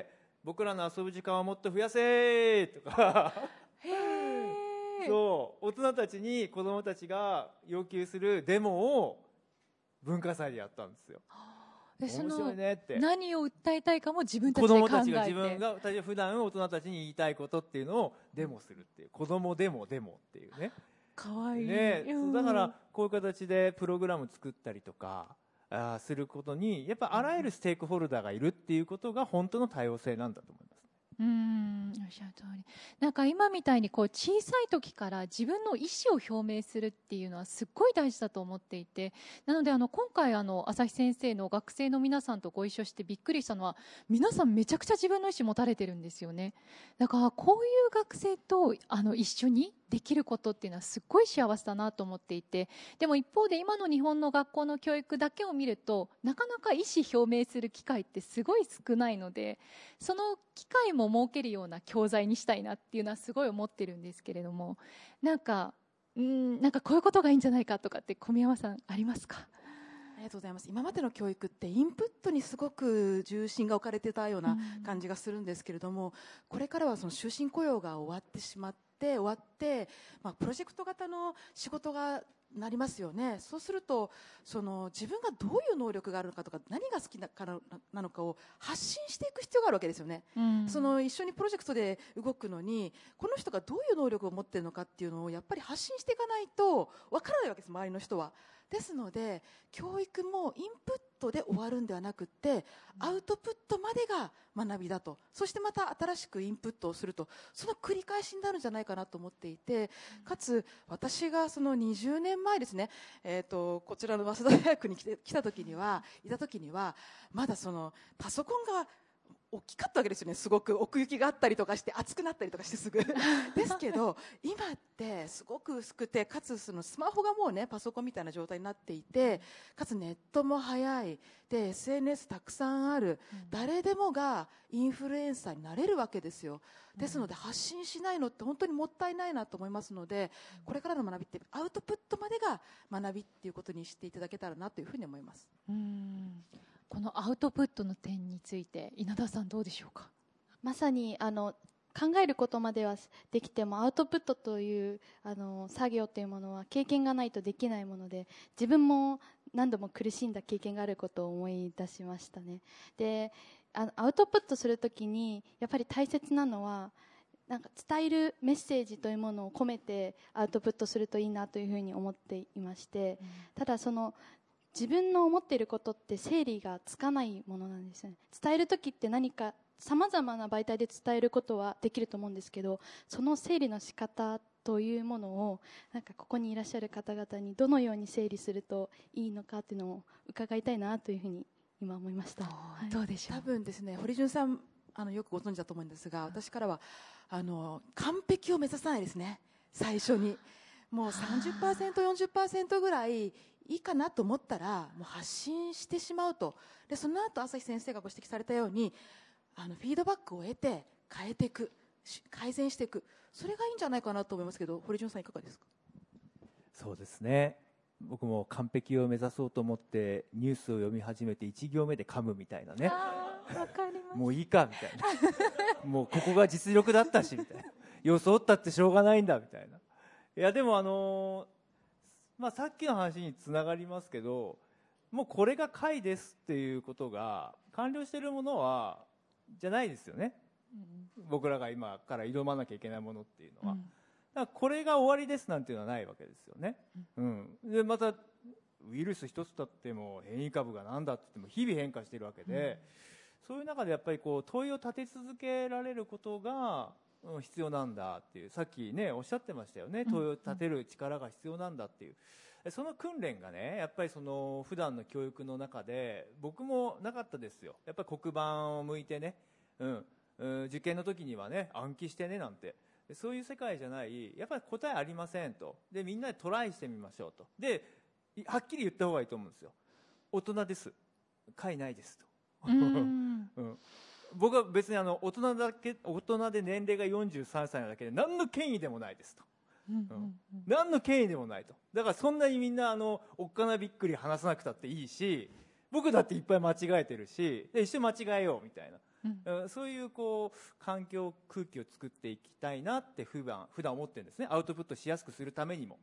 僕らの遊ぶ時間をもっと増やせとかそう大人たちに子供たちが要求するデモを文化祭でやったんですよ。面白いねって、 何を訴えたいかも自分たち子で考えて、 供たちが自分が普段大人たちに言いたいことっていうのをデモするっていう、子供デモデモっていうね、 かわいい、 そうだからこういう形でプログラム作ったりとかすることに、やっぱあらゆるステークホルダーがいるっていうことが本当の多様性なんだと思います。 おっしゃる通り。なんか今みたいにこう小さい時から自分の意思を表明するっていうのはすっごい大事だと思っていて、なので今回朝日先生の学生の皆さんとご一緒してびっくりしたのは、皆さんめちゃくちゃ自分の意思持たれてるんですよね。だからこういう学生と一緒にできることっていうのはすっごい幸せだなと思っていて、でも一方で今の日本の学校の教育だけを見るとなかなか意思表明する機会ってすごい少ないので、その機会も設けるような教材にしたいなっていうのはすごい思ってるんですけれども、なんかこういうことがいいんじゃないかとかって小宮山さんありますか？ ありがとうございます。今までの教育ってインプットにすごく重心が置かれてたような感じがするんですけれども、これからはその終身雇用が終わってしまってプロジェクト型の仕事がなりますよね。そうすると自分がどういう能力があるのかとか、何が好きなのかを発信していく必要があるわけですよね。一緒にプロジェクトで動くのに、この人がどういう能力を持っているのかっていうのをやっぱり発信していかないとわからないわけです、周りの人は。ですので教育もインプットで終わるんではなくて、アウトプットまでが学びだと、そしてまた新しくインプットをすると、その繰り返しになるんじゃないかなと思っていて、かつ私がその20年前ですね、こちらの早稲田大学にいた時にはまだパソコンが大きかったわけですよね。すごく奥行きがあったりとかして熱くなったりとかしてすぐですけど今ってすごく薄くて、かつスマホがもうねパソコンみたいな状態になっていて、かつネットも早いで SNS たくさんある、誰でもがインフルエンサーになれるわけですよ。ですので発信しないのって本当にもったいないなと思いますので、これからの学びってアウトプットまでが学びっていうことにしていただけたらなというふうに思います。 このアウトプットの点について稲田さんどうでしょうか？ まさに考えることまではできても、アウトプットという作業というものは経験がないとできないもので、自分も何度も苦しんだ経験があることを思い出しましたね。でアウトプットするときにやっぱり大切なのは、なんか伝えるメッセージというものを込めてアウトプットするといいなというふうに思っていまして、ただ自分の思っていることって整理がつかないものなんですよね。伝えるときって何かさまざまな媒体で伝えることはできると思うんですけど、その整理の仕方というものをここにいらっしゃる方々にどのように整理するといいのかっていうのを伺いたいなというふうに今思いました。 どうでしょう？ 多分ですね、堀潤さんよくご存知だと思うんですが、私からは完璧を目指さないですね。最初にもう 30%、40% ぐらいいいかなと思ったらもう発信してしまうと。でその後朝日先生がご指摘されたようにフィードバックを得て変えていく、改善していく、それがいいんじゃないかなと思いますけど、堀潤さんいかがですか？ そうですね、僕も完璧を目指そうと思ってニュースを読み始めて1行目で噛むみたいなね、 わかります。 もういいかみたいなもうここが実力だったしみたいな、装ったってしょうがないんだみたいな。いやでもさっきの話につながりますけど、もうこれが解ですっていうことが完了しているものはじゃないですよね、僕らが今から挑まなきゃいけないものっていうのは、だからこれが終わりですなんていうのはないわけですよね、でまたウイルス一つとっても変異株が何だって言っても日々変化しているわけで、そういう中でやっぱりこう問いを立て続けられることが必要なんだっていう、さっきねおっしゃってましたよね、問いを立てる力が必要なんだっていう、その訓練がねやっぱりその普段の教育の中で僕もなかったですよ。やっぱり黒板を向いてね、受験の時にはね暗記してねなんて、そういう世界じゃない、やっぱり答えありませんと、でみんなでトライしてみましょうと、ではっきり言った方がいいと思うんですよ。大人です、解ないですと僕は別に大人で年齢が43歳なだけで何の権威でもないですと、何の権威でもないと。だからそんなにみんなおっかなびっくり話さなくたっていいし、僕だっていっぱい間違えてるし、で一緒に間違えようみたいな、そういうこう環境空気を作っていきたいなって普段思ってるんですね。アウトプットしやすくするためにも、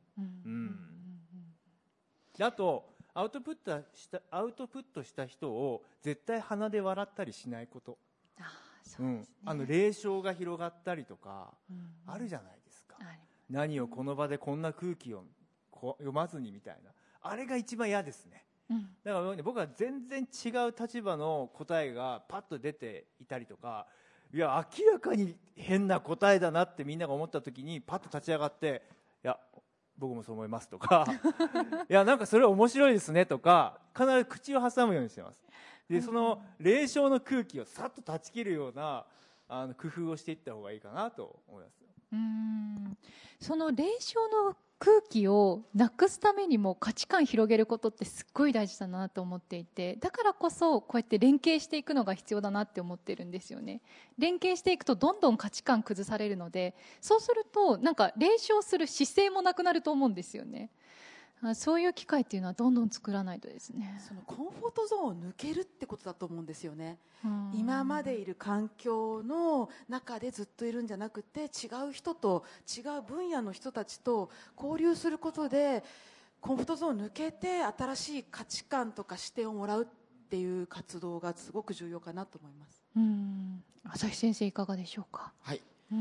であとアウトプットした人を絶対鼻で笑ったりしないこと、霊障が広がったりとかあるじゃないですか、何をこの場でこんな空気を読まずにみたいな、あれが一番嫌ですね、だから僕は全然違う立場の答えがパッと出ていたりとか、いや明らかに変な答えだなってみんなが思った時にパッと立ち上がって、いや僕もそう思いますとかいやなんかそれ面白いですねとか、必ず口を挟むようにしてます。でその霊障の空気をさっと断ち切るような工夫をしていった方がいいかなと思います。 その霊障の空気をなくすためにも価値観広げることってすっごい大事だなと思っていて、だからこそこうやって連携していくのが必要だなって思ってるんですよね。連携していくとどんどん価値観崩されるので、そうするとなんか霊障する姿勢もなくなると思うんですよね。そういう機会っていうのはどんどん作らないとですね。 そのコンフォートゾーンを抜けるってことだと思うんですよね。今までいる環境の中でずっといるんじゃなくて、違う人と違う分野の人たちと交流することでコンフォートゾーンを抜けて新しい価値観とか視点をもらうっていう活動がすごく重要かなと思います。 朝日先生いかがでしょうか。 はい、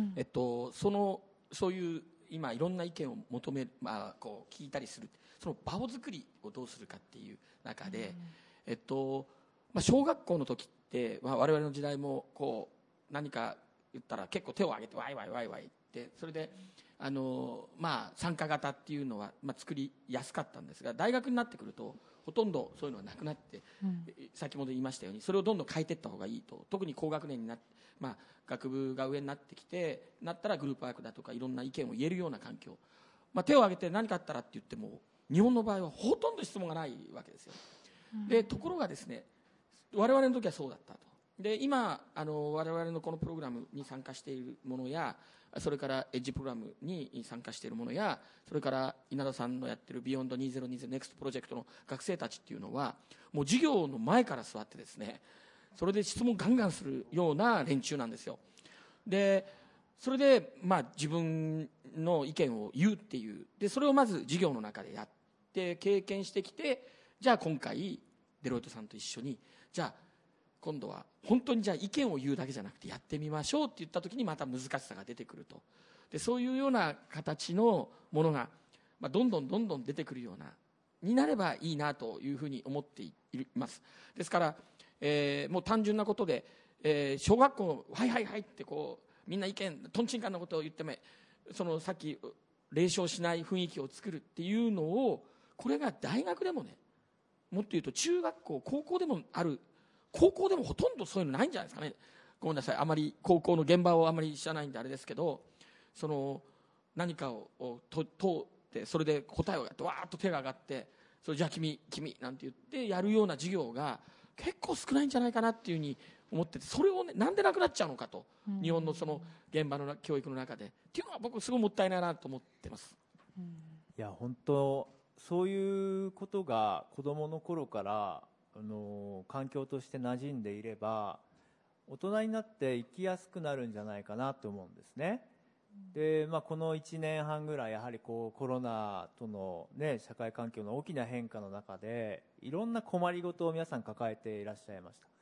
そういう今いろんな意見を求める、こう聞いたりする、その場を作りをどうするかっていう中で、小学校の時って、我々の時代もこう何か言ったら結構手を挙げてワイワイワイワイって、それで参加型っていうのは、作りやすかったんですが、大学になってくるとほとんどそういうのはなくなって、先ほど言いましたようにそれをどんどん変えていった方がいいと。特に高学年になって、学部が上になってきてなったらグループワークだとかいろんな意見を言えるような環境、手を挙げて何かあったらって言っても日本の場合はほとんど質問がないわけですよ。でところがですね、我々の時はそうだったと。で今我々のこのプログラムに参加しているものや、それからエッジプログラムに参加しているものや、それから稲田さんのやってるビヨンド2020ネクストプロジェクトの学生たちっていうのはもう授業の前から座ってですね、それで質問ガンガンするような連中なんですよ。でそれで自分の意見を言うっていう、でそれをまず授業の中でやって経験してきて、じゃあ今回デロイトさんと一緒にじゃあ今度は本当にじゃあ意見を言うだけじゃなくてやってみましょうって言った時にまた難しさが出てくると。でそういうような形のものが、どんどん出てくるようなになればいいなというふうに思っています。ですから、もう単純なことで、小学校はいはいはいってこうみんな意見とんちんかんなことを言っても、そのさっき冷笑しない雰囲気を作るっていうのを、これが大学でもね、もっと言うと中学校高校でもある。高校でもほとんどそういうのないんじゃないですかね。ごめんなさい、あまり高校の現場をあまり知らないんであれですけど、その何かを通ってそれで答えをやってわーっと手が上がって、それじゃあ君なんて言ってやるような授業が結構少ないんじゃないかなっていうふうに思ってて、それをね、なんでなくなっちゃうのかと、日本のその現場の教育の中でっていうのは僕すごいもったいないなと思ってます。 いや本当そういうことが子どもの頃から環境として馴染んでいれば大人になって生きやすくなるんじゃないかなと思うんですね。で、この1年半ぐらいやはりコロナとの、社会環境の大きな変化の中でいろんな困りごとを皆さん抱えていらっしゃいました。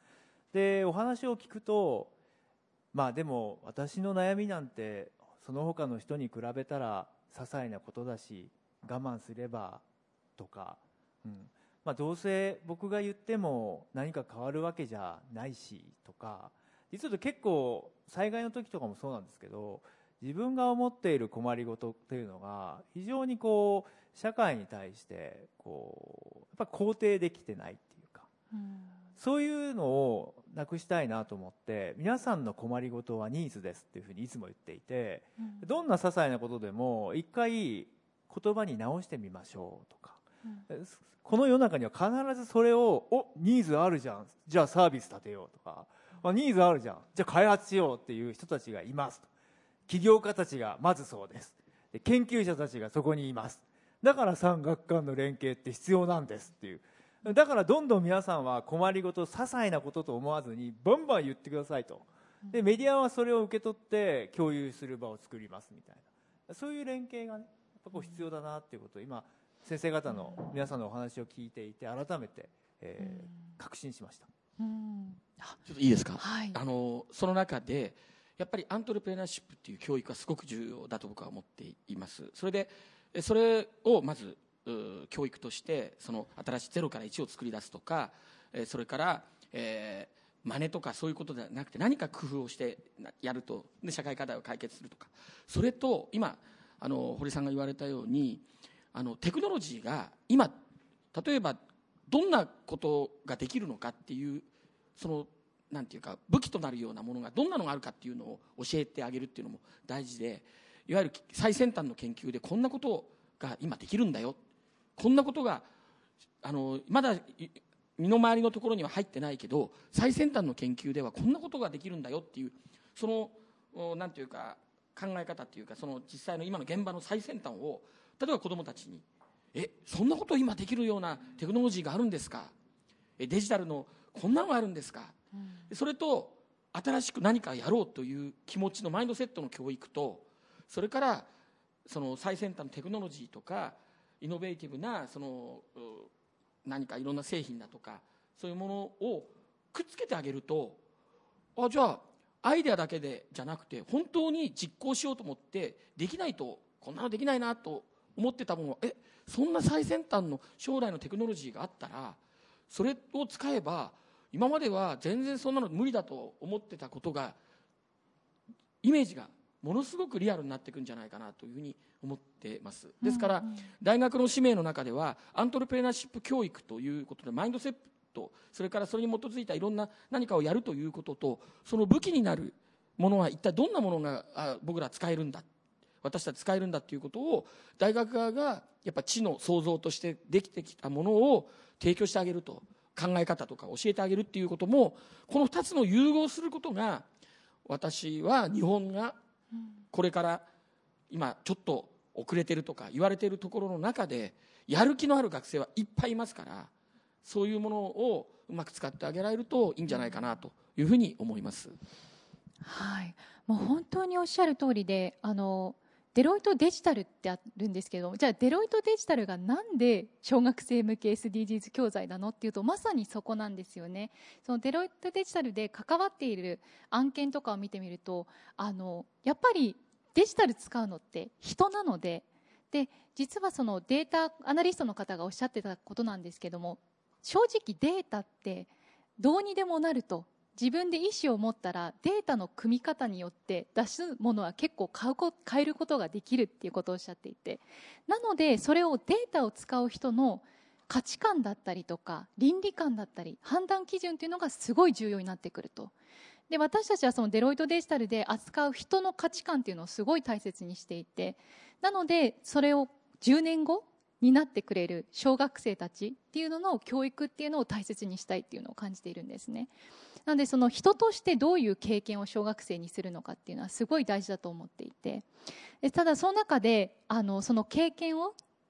でお話を聞くと、でも私の悩みなんてその他の人に比べたら些細なことだし我慢すればとか、どうせ僕が言っても何か変わるわけじゃないしとか、実は結構災害の時とかもそうなんですけど、自分が思っている困りごとっていうのが非常に社会に対してやっぱ肯定できてないっていうか、そういうのをなくしたいなと思って、皆さんの困りごとはニーズですっていうふうにいつも言っていて、どんな些細なことでも一回言葉に直してみましょうとか、この世の中には必ずそれをニーズあるじゃん、じゃあサービス立てようとか、ニーズあるじゃん、じゃあ開発しようっていう人たちがいますと。起業家たちがまずそうです。で研究者たちがそこにいます。だから産学官の連携って必要なんですっていう。だからどんどん皆さんは困りごと、些細なことと思わずにバンバン言ってくださいと。でメディアはそれを受け取って共有する場を作りますみたいな、そういう連携がね、やっぱ必要だなっていうことを今先生方の皆さんのお話を聞いていて改めて、確信しました。 ちょっといいですか、はい、その中でやっぱりアントレプレナーシップっていう教育はすごく重要だと僕は思っています。それをまず教育としてその新しい0から1を作り出すとか、それから、真似とかそういうことではなくて何か工夫をしてやると、で社会課題を解決するとか、それと今堀さんが言われたようにテクノロジーが今例えばどんなことができるのかっていうなんていうか武器となるようなものがどんなのがあるかっていうのを教えてあげるっていうのも大事で、いわゆる最先端の研究でこんなことが今できるんだよ、こんなことがまだ身の回りのところには入ってないけど最先端の研究ではこんなことができるんだよっていうなんていうか考え方っていうか、実際の今の現場の最先端を例えば子どもたちにそんなこと今できるようなテクノロジーがあるんですか、デジタルのこんなのがあるんですか、それと新しく何かやろうという気持ちのマインドセットの教育と、それから最先端のテクノロジーとかイノベーティブな何かいろんな製品だとかそういうものをくっつけてあげると、じゃあアイデアだけでじゃなくて本当に実行しようと思ってできないと、こんなのできないなと思ってたものはそんな最先端の将来のテクノロジーがあったらそれを使えば今までは全然そんなの無理だと思ってたことがイメージがものすごくリアルになっていくんじゃないかなというふうに思ってます。ですから大学の使命の中ではアントレプレナーシップ教育ということでマインドセット、それからそれに基づいたいろんな何かをやるということと、その武器になるものは一体どんなものが僕ら使えるんだ、私たち使えるんだということを大学側がやっぱ知の創造としてできてきたものを提供してあげると、考え方とか教えてあげるっていうことも、この2つの融合することが私は日本がこれから今ちょっと遅れてるとか言われているところの中でやる気のある学生はいっぱいいますから、そういうものをうまく使ってあげられるといいんじゃないかなというふうに思います。 はい、もう本当におっしゃる通りで、デロイトデジタルってあるんですけど、じゃあデロイトデジタルがなんで小学生向け SDGs 教材なのっていうと、まさにそこなんですよね。そのデロイトデジタルで関わっている案件とかを見てみると、やっぱりデジタル使うのって人なので、実はそのデータアナリストの方がおっしゃってたことなんですけども、正直データってどうにでもなると、自分で意思を持ったらデータの組み方によって出すものは結構変えることができるっていうことをおっしゃっていて、なのでそれをデータを使う人の価値観だったりとか倫理観だったり判断基準っていうのがすごい重要になってくると。で、私たちはそのデロイトデジタルで扱う人の価値観っていうのをすごい大切にしていて、なのでそれを10年後になってくれる小学生たちっていうのの教育っていうのを大切にしたいっていうのを感じているんですね。なのでその人としてどういう経験を小学生にするのかっていうのはすごい大事だと思っていて、ただその中でその経験を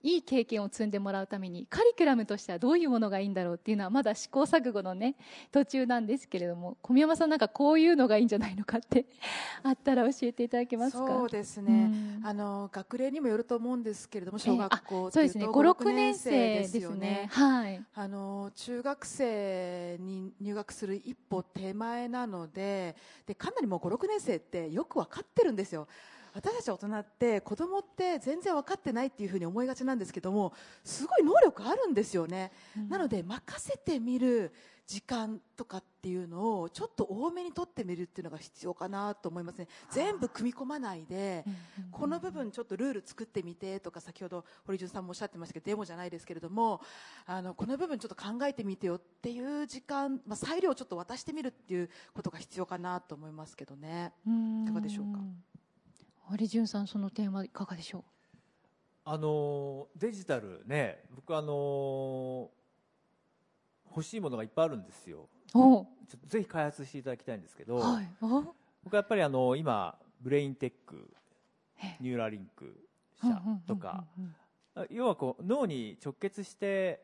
いい経験を積んでもらうためにカリキュラムとしてはどういうものがいいんだろうっていうのはまだ試行錯誤のね途中なんですけれども、小宮山さん、なんかこういうのがいいんじゃないのかってあったら教えていただけますか。 そうですね、学齢にもよると思うんですけれども、小学校そうですね、5、6年生ですよね。はい。 中学生に入学する一歩手前なので、かなりもう5、6年生ってよく分かってるんですよ。私たち大人って子供って全然分かってないっていうふうに思いがちなんですけども、すごい能力あるんですよね。なので任せてみる時間とかっていうのをちょっと多めに取ってみるっていうのが必要かなと思いますね。全部組み込まないで、この部分ちょっとルール作ってみてとか、先ほど堀潤さんもおっしゃってましたけど、デモじゃないですけれども、この部分ちょっと考えてみてよっていう時間、裁量をちょっと渡してみるっていうことが必要かなと思いますけどね。いかがでしょうか。 堀潤さん、その点はいかがでしょう。デジタルね、僕欲しいものがいっぱいあるんですよ。ちょっとぜひ開発していただきたいんですけど、はい、僕はやっぱり今ブレインテック、ニューラリンク社とか、要はこう脳に直結して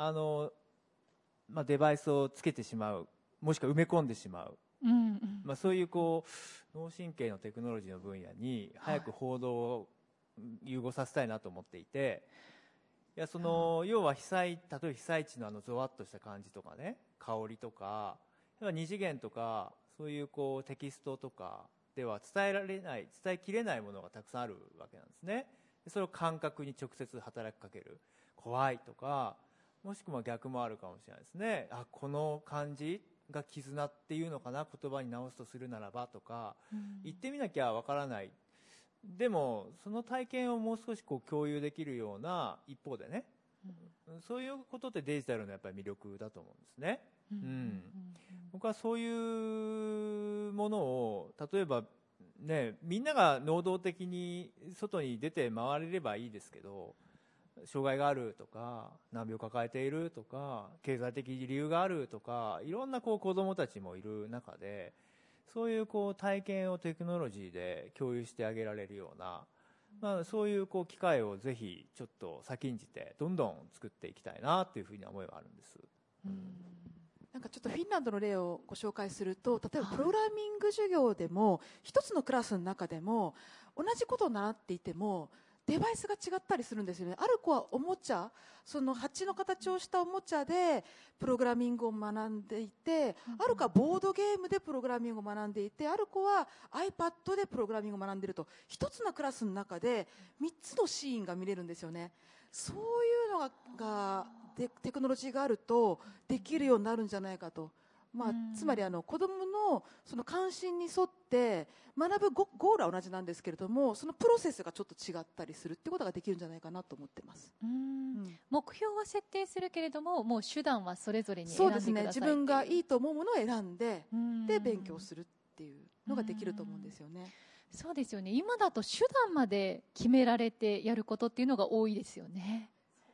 デバイスをつけてしまう、もしくは埋め込んでしまう、そういうこう脳神経のテクノロジーの分野に早く報道を融合させたいなと思っていて、いや要は例えば被災地のゾワッとした感じとかね、香りとか、二次元とかそういうこうテキストとかでは伝えきれないものがたくさんあるわけなんですね。それを感覚に直接働きかける、怖いとか、もしくは逆もあるかもしれないですね。この感じが絆っていうのかな、言葉に直すとするならばとか、言ってみなきゃわからない。でもその体験をもう少しこう共有できるような一方でね、そういうことってデジタルのやっぱり魅力だと思うんですね。僕はそういうものを例えばね、みんなが能動的に外に出て回れればいいですけど、障害があるとか難病を抱えているとか経済的理由があるとか、いろんなこう子どもたちもいる中で、そういうこう体験をテクノロジーで共有してあげられるような、そういうこう機会をぜひちょっと先んじてどんどん作っていきたいなというふうに思いはあるんです。 なんかちょっとフィンランドの例をご紹介すると、例えばプログラミング授業でも一つのクラスの中でも同じことを習っていてもデバイスが違ったりするんですよね。ある子はおもちゃ、その鉢の形をしたおもちゃでプログラミングを学んでいて、ある子はボードゲームでプログラミングを学んでいて、ある子は iPad でプログラミングを学んでいると、一つのクラスの中で3つのシーンが見れるんですよね。そういうのがテクノロジーがあるとできるようになるんじゃないかと。つまり子どものその関心に沿って学ぶゴールは同じなんですけれども、そのプロセスがちょっと違ったりするってことができるんじゃないかなと思ってます。 目標は設定するけれども、もう手段はそれぞれに選んでください。そうですね、 自分がいいと思うものを選んで勉強するっていうのができると思うんですよね。 そうですよね。今だと手段まで決められてやることっていうのが多いですよね。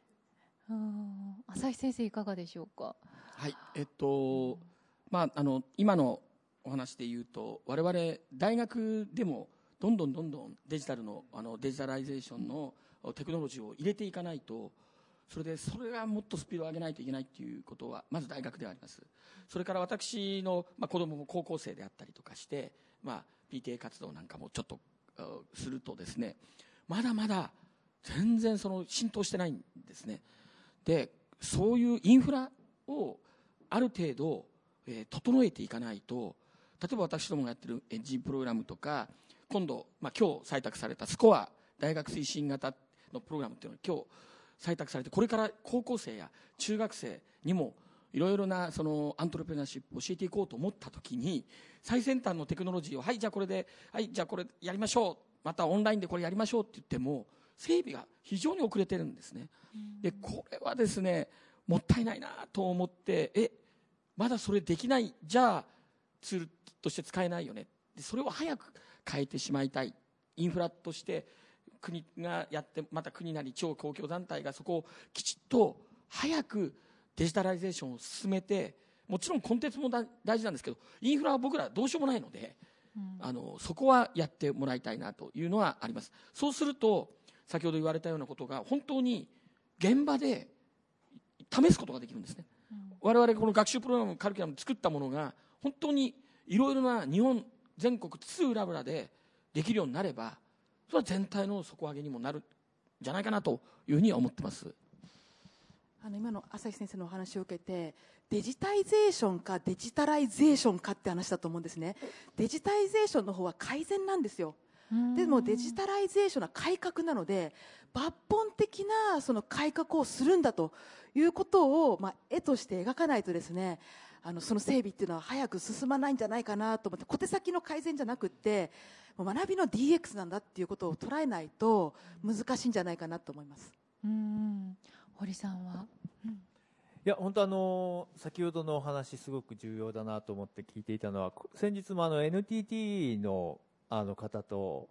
朝日先生いかがでしょうか。 はい、今のお話で言うと、我々大学でもどんどんデジタルのデジタライゼーションのテクノロジーを入れていかないと、それがもっとスピードを上げないといけないということはまず大学ではあります。それから私の、子供も高校生であったりとかして、PTA 活動なんかもちょっとするとですね、まだまだ全然浸透してないんですね。で、そういうインフラをある程度整えていかないと、例えば私どもがやってるエッジプログラムとか、今度、今日採択されたスコア大学推進型のプログラムっていうのが今日採択されて、これから高校生や中学生にもいろいろなアントレプレナーシップを教えていこうと思ったときに、最先端のテクノロジーをじゃあこれやりましょう、またオンラインでこれやりましょうって言っても整備が非常に遅れてるんですね。でこれはですね、もったいないなと思って、まだそれできない、じゃあツールとして使えないよね、でそれを早く変えてしまいたい、インフラとして国がやって、また国なり地方公共団体がそこをきちっと早くデジタライゼーションを進めて、もちろんコンテンツも大事なんですけど、インフラは僕らどうしようもないので、そこはやってもらいたいなというのはあります。そうすると先ほど言われたようなことが本当に現場で試すことができるんですね、我々この学習プログラムカリキュラム作ったものが本当にいろいろな日本全国津々浦々でできるようになれば、それは全体の底上げにもなるんじゃないかなというふうには思ってます。 今の朝日先生のお話を受けて、デジタイゼーションかデジタライゼーションかって話だと思うんですね。デジタイゼーションの方は改善なんですよ。でもデジタライゼーションは改革なので、抜本的なその改革をするんだということを、絵として描かないとですね、その整備っていうのは早く進まないんじゃないかなと思って、小手先の改善じゃなくってもう学びの DX なんだっていうことを捉えないと難しいんじゃないかなと思います。 堀さんは、 いや本当先ほどのお話すごく重要だなと思って聞いていたのは、先日もNTT の方と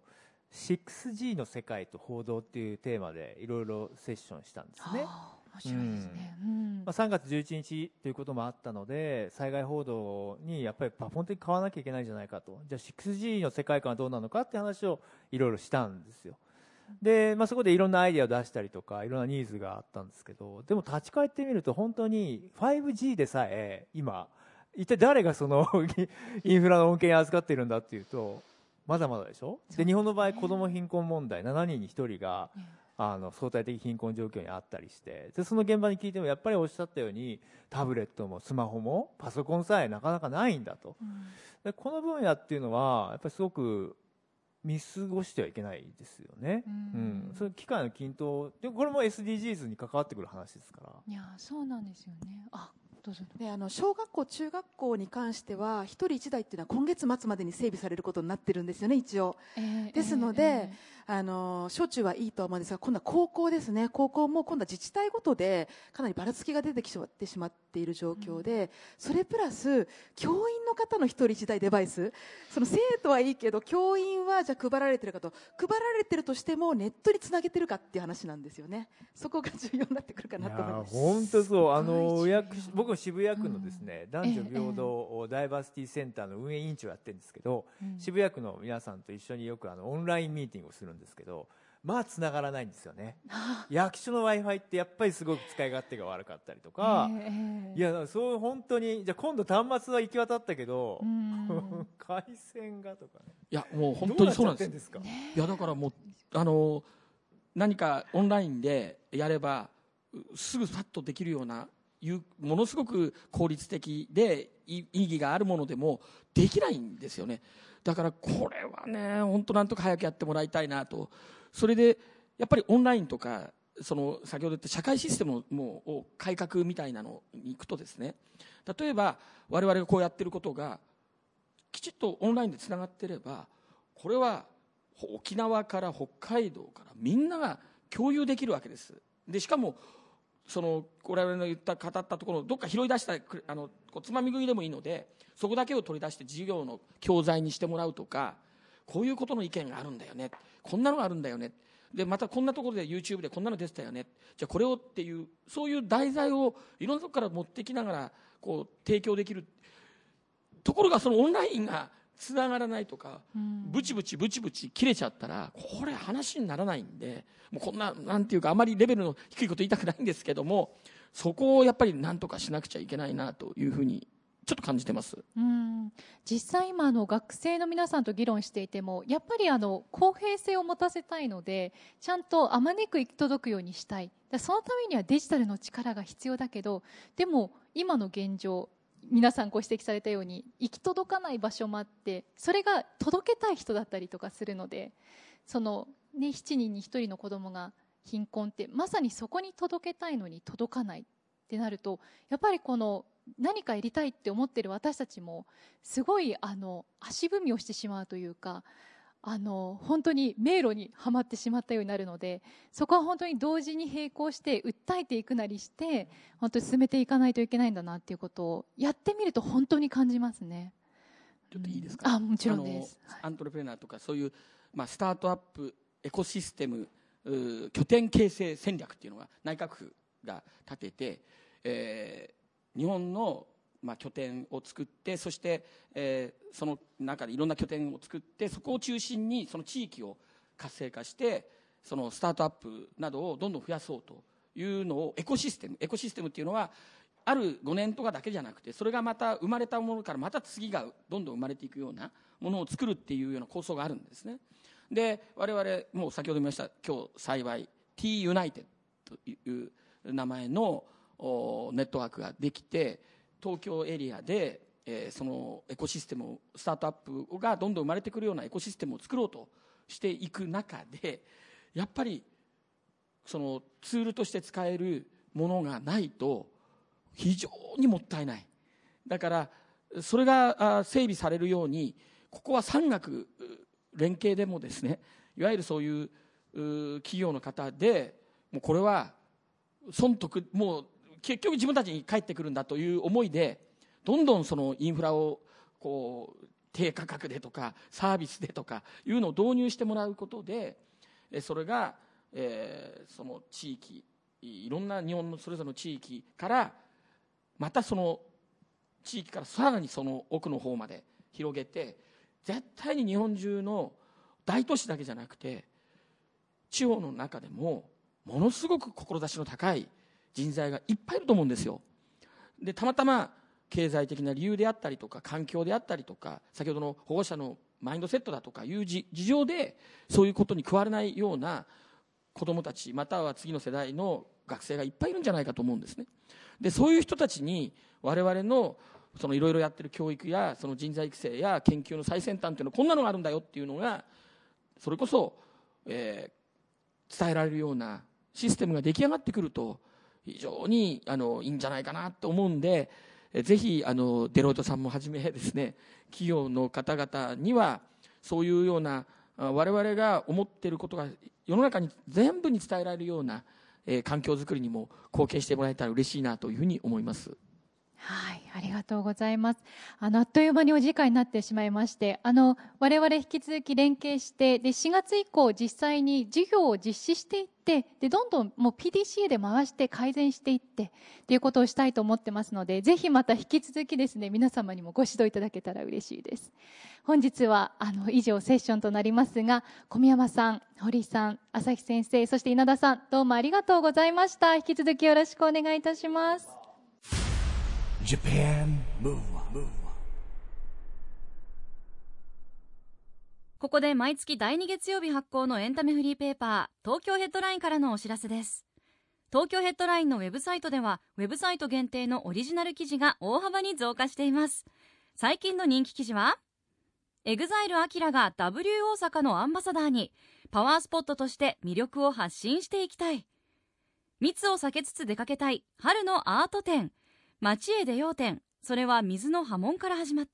6G の世界と報道っていうテーマでいろいろセッションしたんですね。 面白いですね。 3月11日ということもあったので、災害報道にやっぱり抜本的に変わらなきゃいけないんじゃないかと、じゃあ 6G の世界観はどうなのかって話をいろいろしたんですよ。で、そこでいろんなアイデアを出したりとかいろんなニーズがあったんですけど、でも立ち返ってみると本当に 5G でさえ今一体誰がそのインフラの恩恵に預かっているんだっていうとまだまだでしょ。で日本の場合子ども貧困問題7人に1人が相対的貧困状況にあったりして、でその現場に聞いてもやっぱりおっしゃったようにタブレットもスマホもパソコンさえなかなかないんだと、でこの分野っていうのはやっぱりすごく見過ごしてはいけないですよね。その機械の均等でこれも SDGs に関わってくる話ですから。 いやそうなんですよね。どうぞ。 で小学校中学校に関しては1人1台っていうのは今月末までに整備されることになってるんですよね一応、ですので、小中はいいとは思うんですが、今度は高校ですね。高校も今度は自治体ごとでかなりばらつきが出てきてしまっている状況で、それプラス教員の方の1人1台デバイス、その生徒はいいけど教員はじゃあ配られてるかと、配られてるとしてもネットにつなげてるかっていう話なんですよね。そこが重要になってくるかなと思います。 本当そう僕も渋谷区のですね、男女平等ダイバーシティセンターの運営委員長をやってるんですけど、渋谷区の皆さんと一緒によくオンラインミーティングをするんですけど、繋がらないんですよね。役所の Wi-Fi ってやっぱりすごく使い勝手が悪かったりとか、いやそう本当にじゃあ今度端末は行き渡ったけど回線がとかね、 いやもう本当にそうなんです。 どうなっちゃってんですか。 いやだからもう何かオンラインでやればすぐパッとできるようなものすごく効率的で意義があるものでもできないんですよね。だからこれはね本当なんとか早くやってもらいたいなと。それでやっぱりオンラインとか先ほど言った社会システムを改革みたいなのに行くとですね、例えば我々がこうやってることがきちっとオンラインでつながっていれば、これは沖縄から北海道からみんなが共有できるわけです。でしかも我々の語ったところをどっか拾い出したつまみ食いでもいいので、そこだけを取り出して授業の教材にしてもらうとか、こういうことの意見があるんだよね、こんなのがあるんだよね、でまたこんなところで YouTube でこんなの出てたよね、じゃあこれをっていう、そういう題材をいろんなところから持ってきながら提供できるところが、そのオンラインがつながらないとか、ブチブチ切れちゃったらこれ話にならないんで、もうこんななんていうかあまりレベルの低いこと言いたくないんですけども、そこをやっぱりなんとかしなくちゃいけないなというふうにちょっと感じてます。 実際今学生の皆さんと議論していても、やっぱり公平性を持たせたいので、ちゃんとあまねく行き届くようにしたい。そのためにはデジタルの力が必要だけど、でも今の現状、皆さんご指摘されたように行き届かない場所もあって、それが届けたい人だったりとかするので、7人に1人の子供が貧困ってまさにそこに届けたいのに届かないってなると、やっぱり何かやりたいって思ってる私たちもすごい足踏みをしてしまうというか、本当に迷路にはまってしまったようになるので、そこは本当に同時に並行して訴えていくなりして本当に進めていかないといけないんだなっていうことをやってみると本当に感じますね。 ちょっといいですか。 もちろんです。 アントレプレナーとかそういう、スタートアップエコシステム拠点形成戦略っていうのが内閣府が立てて、日本の拠点を作って、そして、その中でいろんな拠点を作って、そこを中心にその地域を活性化して、 そのスタートアップなどをどんどん増やそうというのをエコシステムっていうのはある5年とかだけじゃなくて、それがまた生まれたものからまた次がどんどん生まれていくようなものを作るっていうような構想があるんですね。で我々もう先ほど言いました、今日幸い T ユナイテッドという名前のネットワークができて、東京エリアで、そのエコシステムを、スタートアップがどんどん生まれてくるようなエコシステムを作ろうとしていく中で、やっぱりそのツールとして使えるものがないと非常にもったいない。だからそれが整備されるように、ここは産学連携でもですね、いわゆるそういう企業の方で、もうこれは損得、もう結局自分たちに返ってくるんだという思いで、どんどんそのインフラをこう低価格でとかサービスでとかいうのを導入してもらうことで、それが、その地域、いろんな日本のそれぞれの地域から、またその地域からさらにその奥の方まで広げて、絶対に日本中の大都市だけじゃなくて地方の中でもものすごく志の高い人材がいっぱいいると思うんですよ。でたまたま経済的な理由であったりとか、環境であったりとか、先ほどの保護者のマインドセットだとかいう事情でそういうことに加われないような子どもたち、または次の世代の学生がいっぱいいるんじゃないかと思うんですね。でそういう人たちに我々のそのいろいろやってる教育やその人材育成や研究の最先端っていうのはこんなのがあるんだよっていうのが、それこそ、伝えられるようなシステムが出来上がってくると非常にいいんじゃないかなと思うんで、ぜひデロイトさんもはじめですね、企業の方々にはそういうような我々が思っていることが世の中に全部に伝えられるような環境づくりにも貢献してもらえたら嬉しいなというふうに思います。 はい、ありがとうございます。あっという間にお時間になってしまいまして、我々引き続き連携して、で4月以降実際に授業を実施していって、でどんどんもう PDCA で回して改善していってということをしたいと思ってますので、ぜひまた引き続きですね、皆様にもご指導いただけたら嬉しいです。本日は以上セッションとなりますが、小宮山さん、堀さん、朝日先生、そして稲田さん、どうもありがとうございました。引き続きよろしくお願いいたします。 Japan Move Up。 ここで毎月第2月曜日発行のエンタメフリーペーパー、東京ヘッドラインからのお知らせです。東京ヘッドラインのウェブサイトでは、ウェブサイト限定のオリジナル記事が大幅に増加しています。最近の人気記事は、EXILE アキラが W 大阪のアンバサダーに、パワースポットとして魅力を発信していきたい。密を避けつつ出かけたい春のアート展、街へ出よう展、それは水の波紋から始まった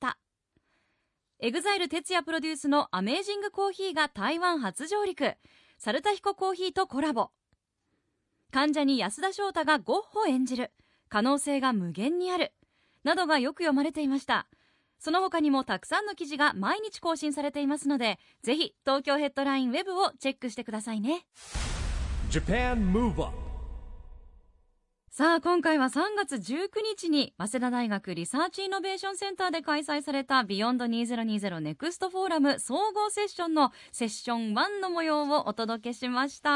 。EXILE 哲也プロデュースのアメージングコーヒーが台湾初上陸、サルタヒココーヒーとコラボ。患者に安田翔太がゴッホ演じる、可能性が無限にあるなどがよく読まれていました。その他にもたくさんの記事が毎日更新されていますので、ぜひ東京ヘッドラインウェブをチェックしてくださいね。 Japan Move Up。 さあ、今回は3月19日に早稲田大学リサーチイノベーションセンターで開催されたビヨンド2020ネクストフォーラム総合セッションのセッション1の模様をお届けしました。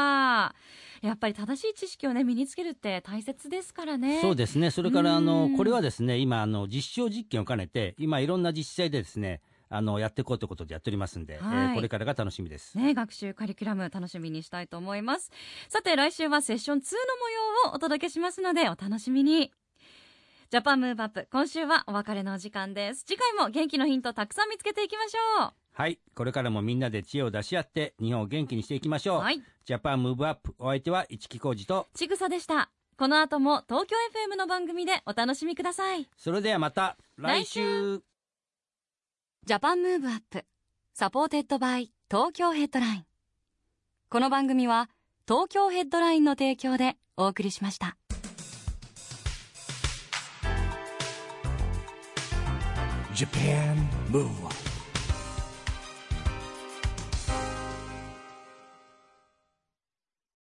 やっぱり正しい知識をね、身につけるって大切ですからね。 そうですね。それからこれはですね、今実証実験を兼ねて、今いろんな自治体でですね、やっていこうということでやっておりますんで、 はい、 これからが楽しみです、 ね、学習カリキュラム楽しみにしたいと思います。さて来週はセッション2の模様をお届けしますのでお楽しみに。ジャパンムーブアップ、今週はお別れのお時間です。次回も元気のヒントたくさん見つけていきましょう。 はい、これからもみんなで知恵を出し合って日本を元気にしていきましょう、はい、ジャパンムーブアップ、お相手は市木浩二とちぐさでした。この後も東京 FM の番組でお楽しみください。 それではまた来週。 ジャパンムーブアップサポーテッドバイ東京ヘッドライン。この番組は東京ヘッドラインの提供でお送りしました。 Japan Move Up。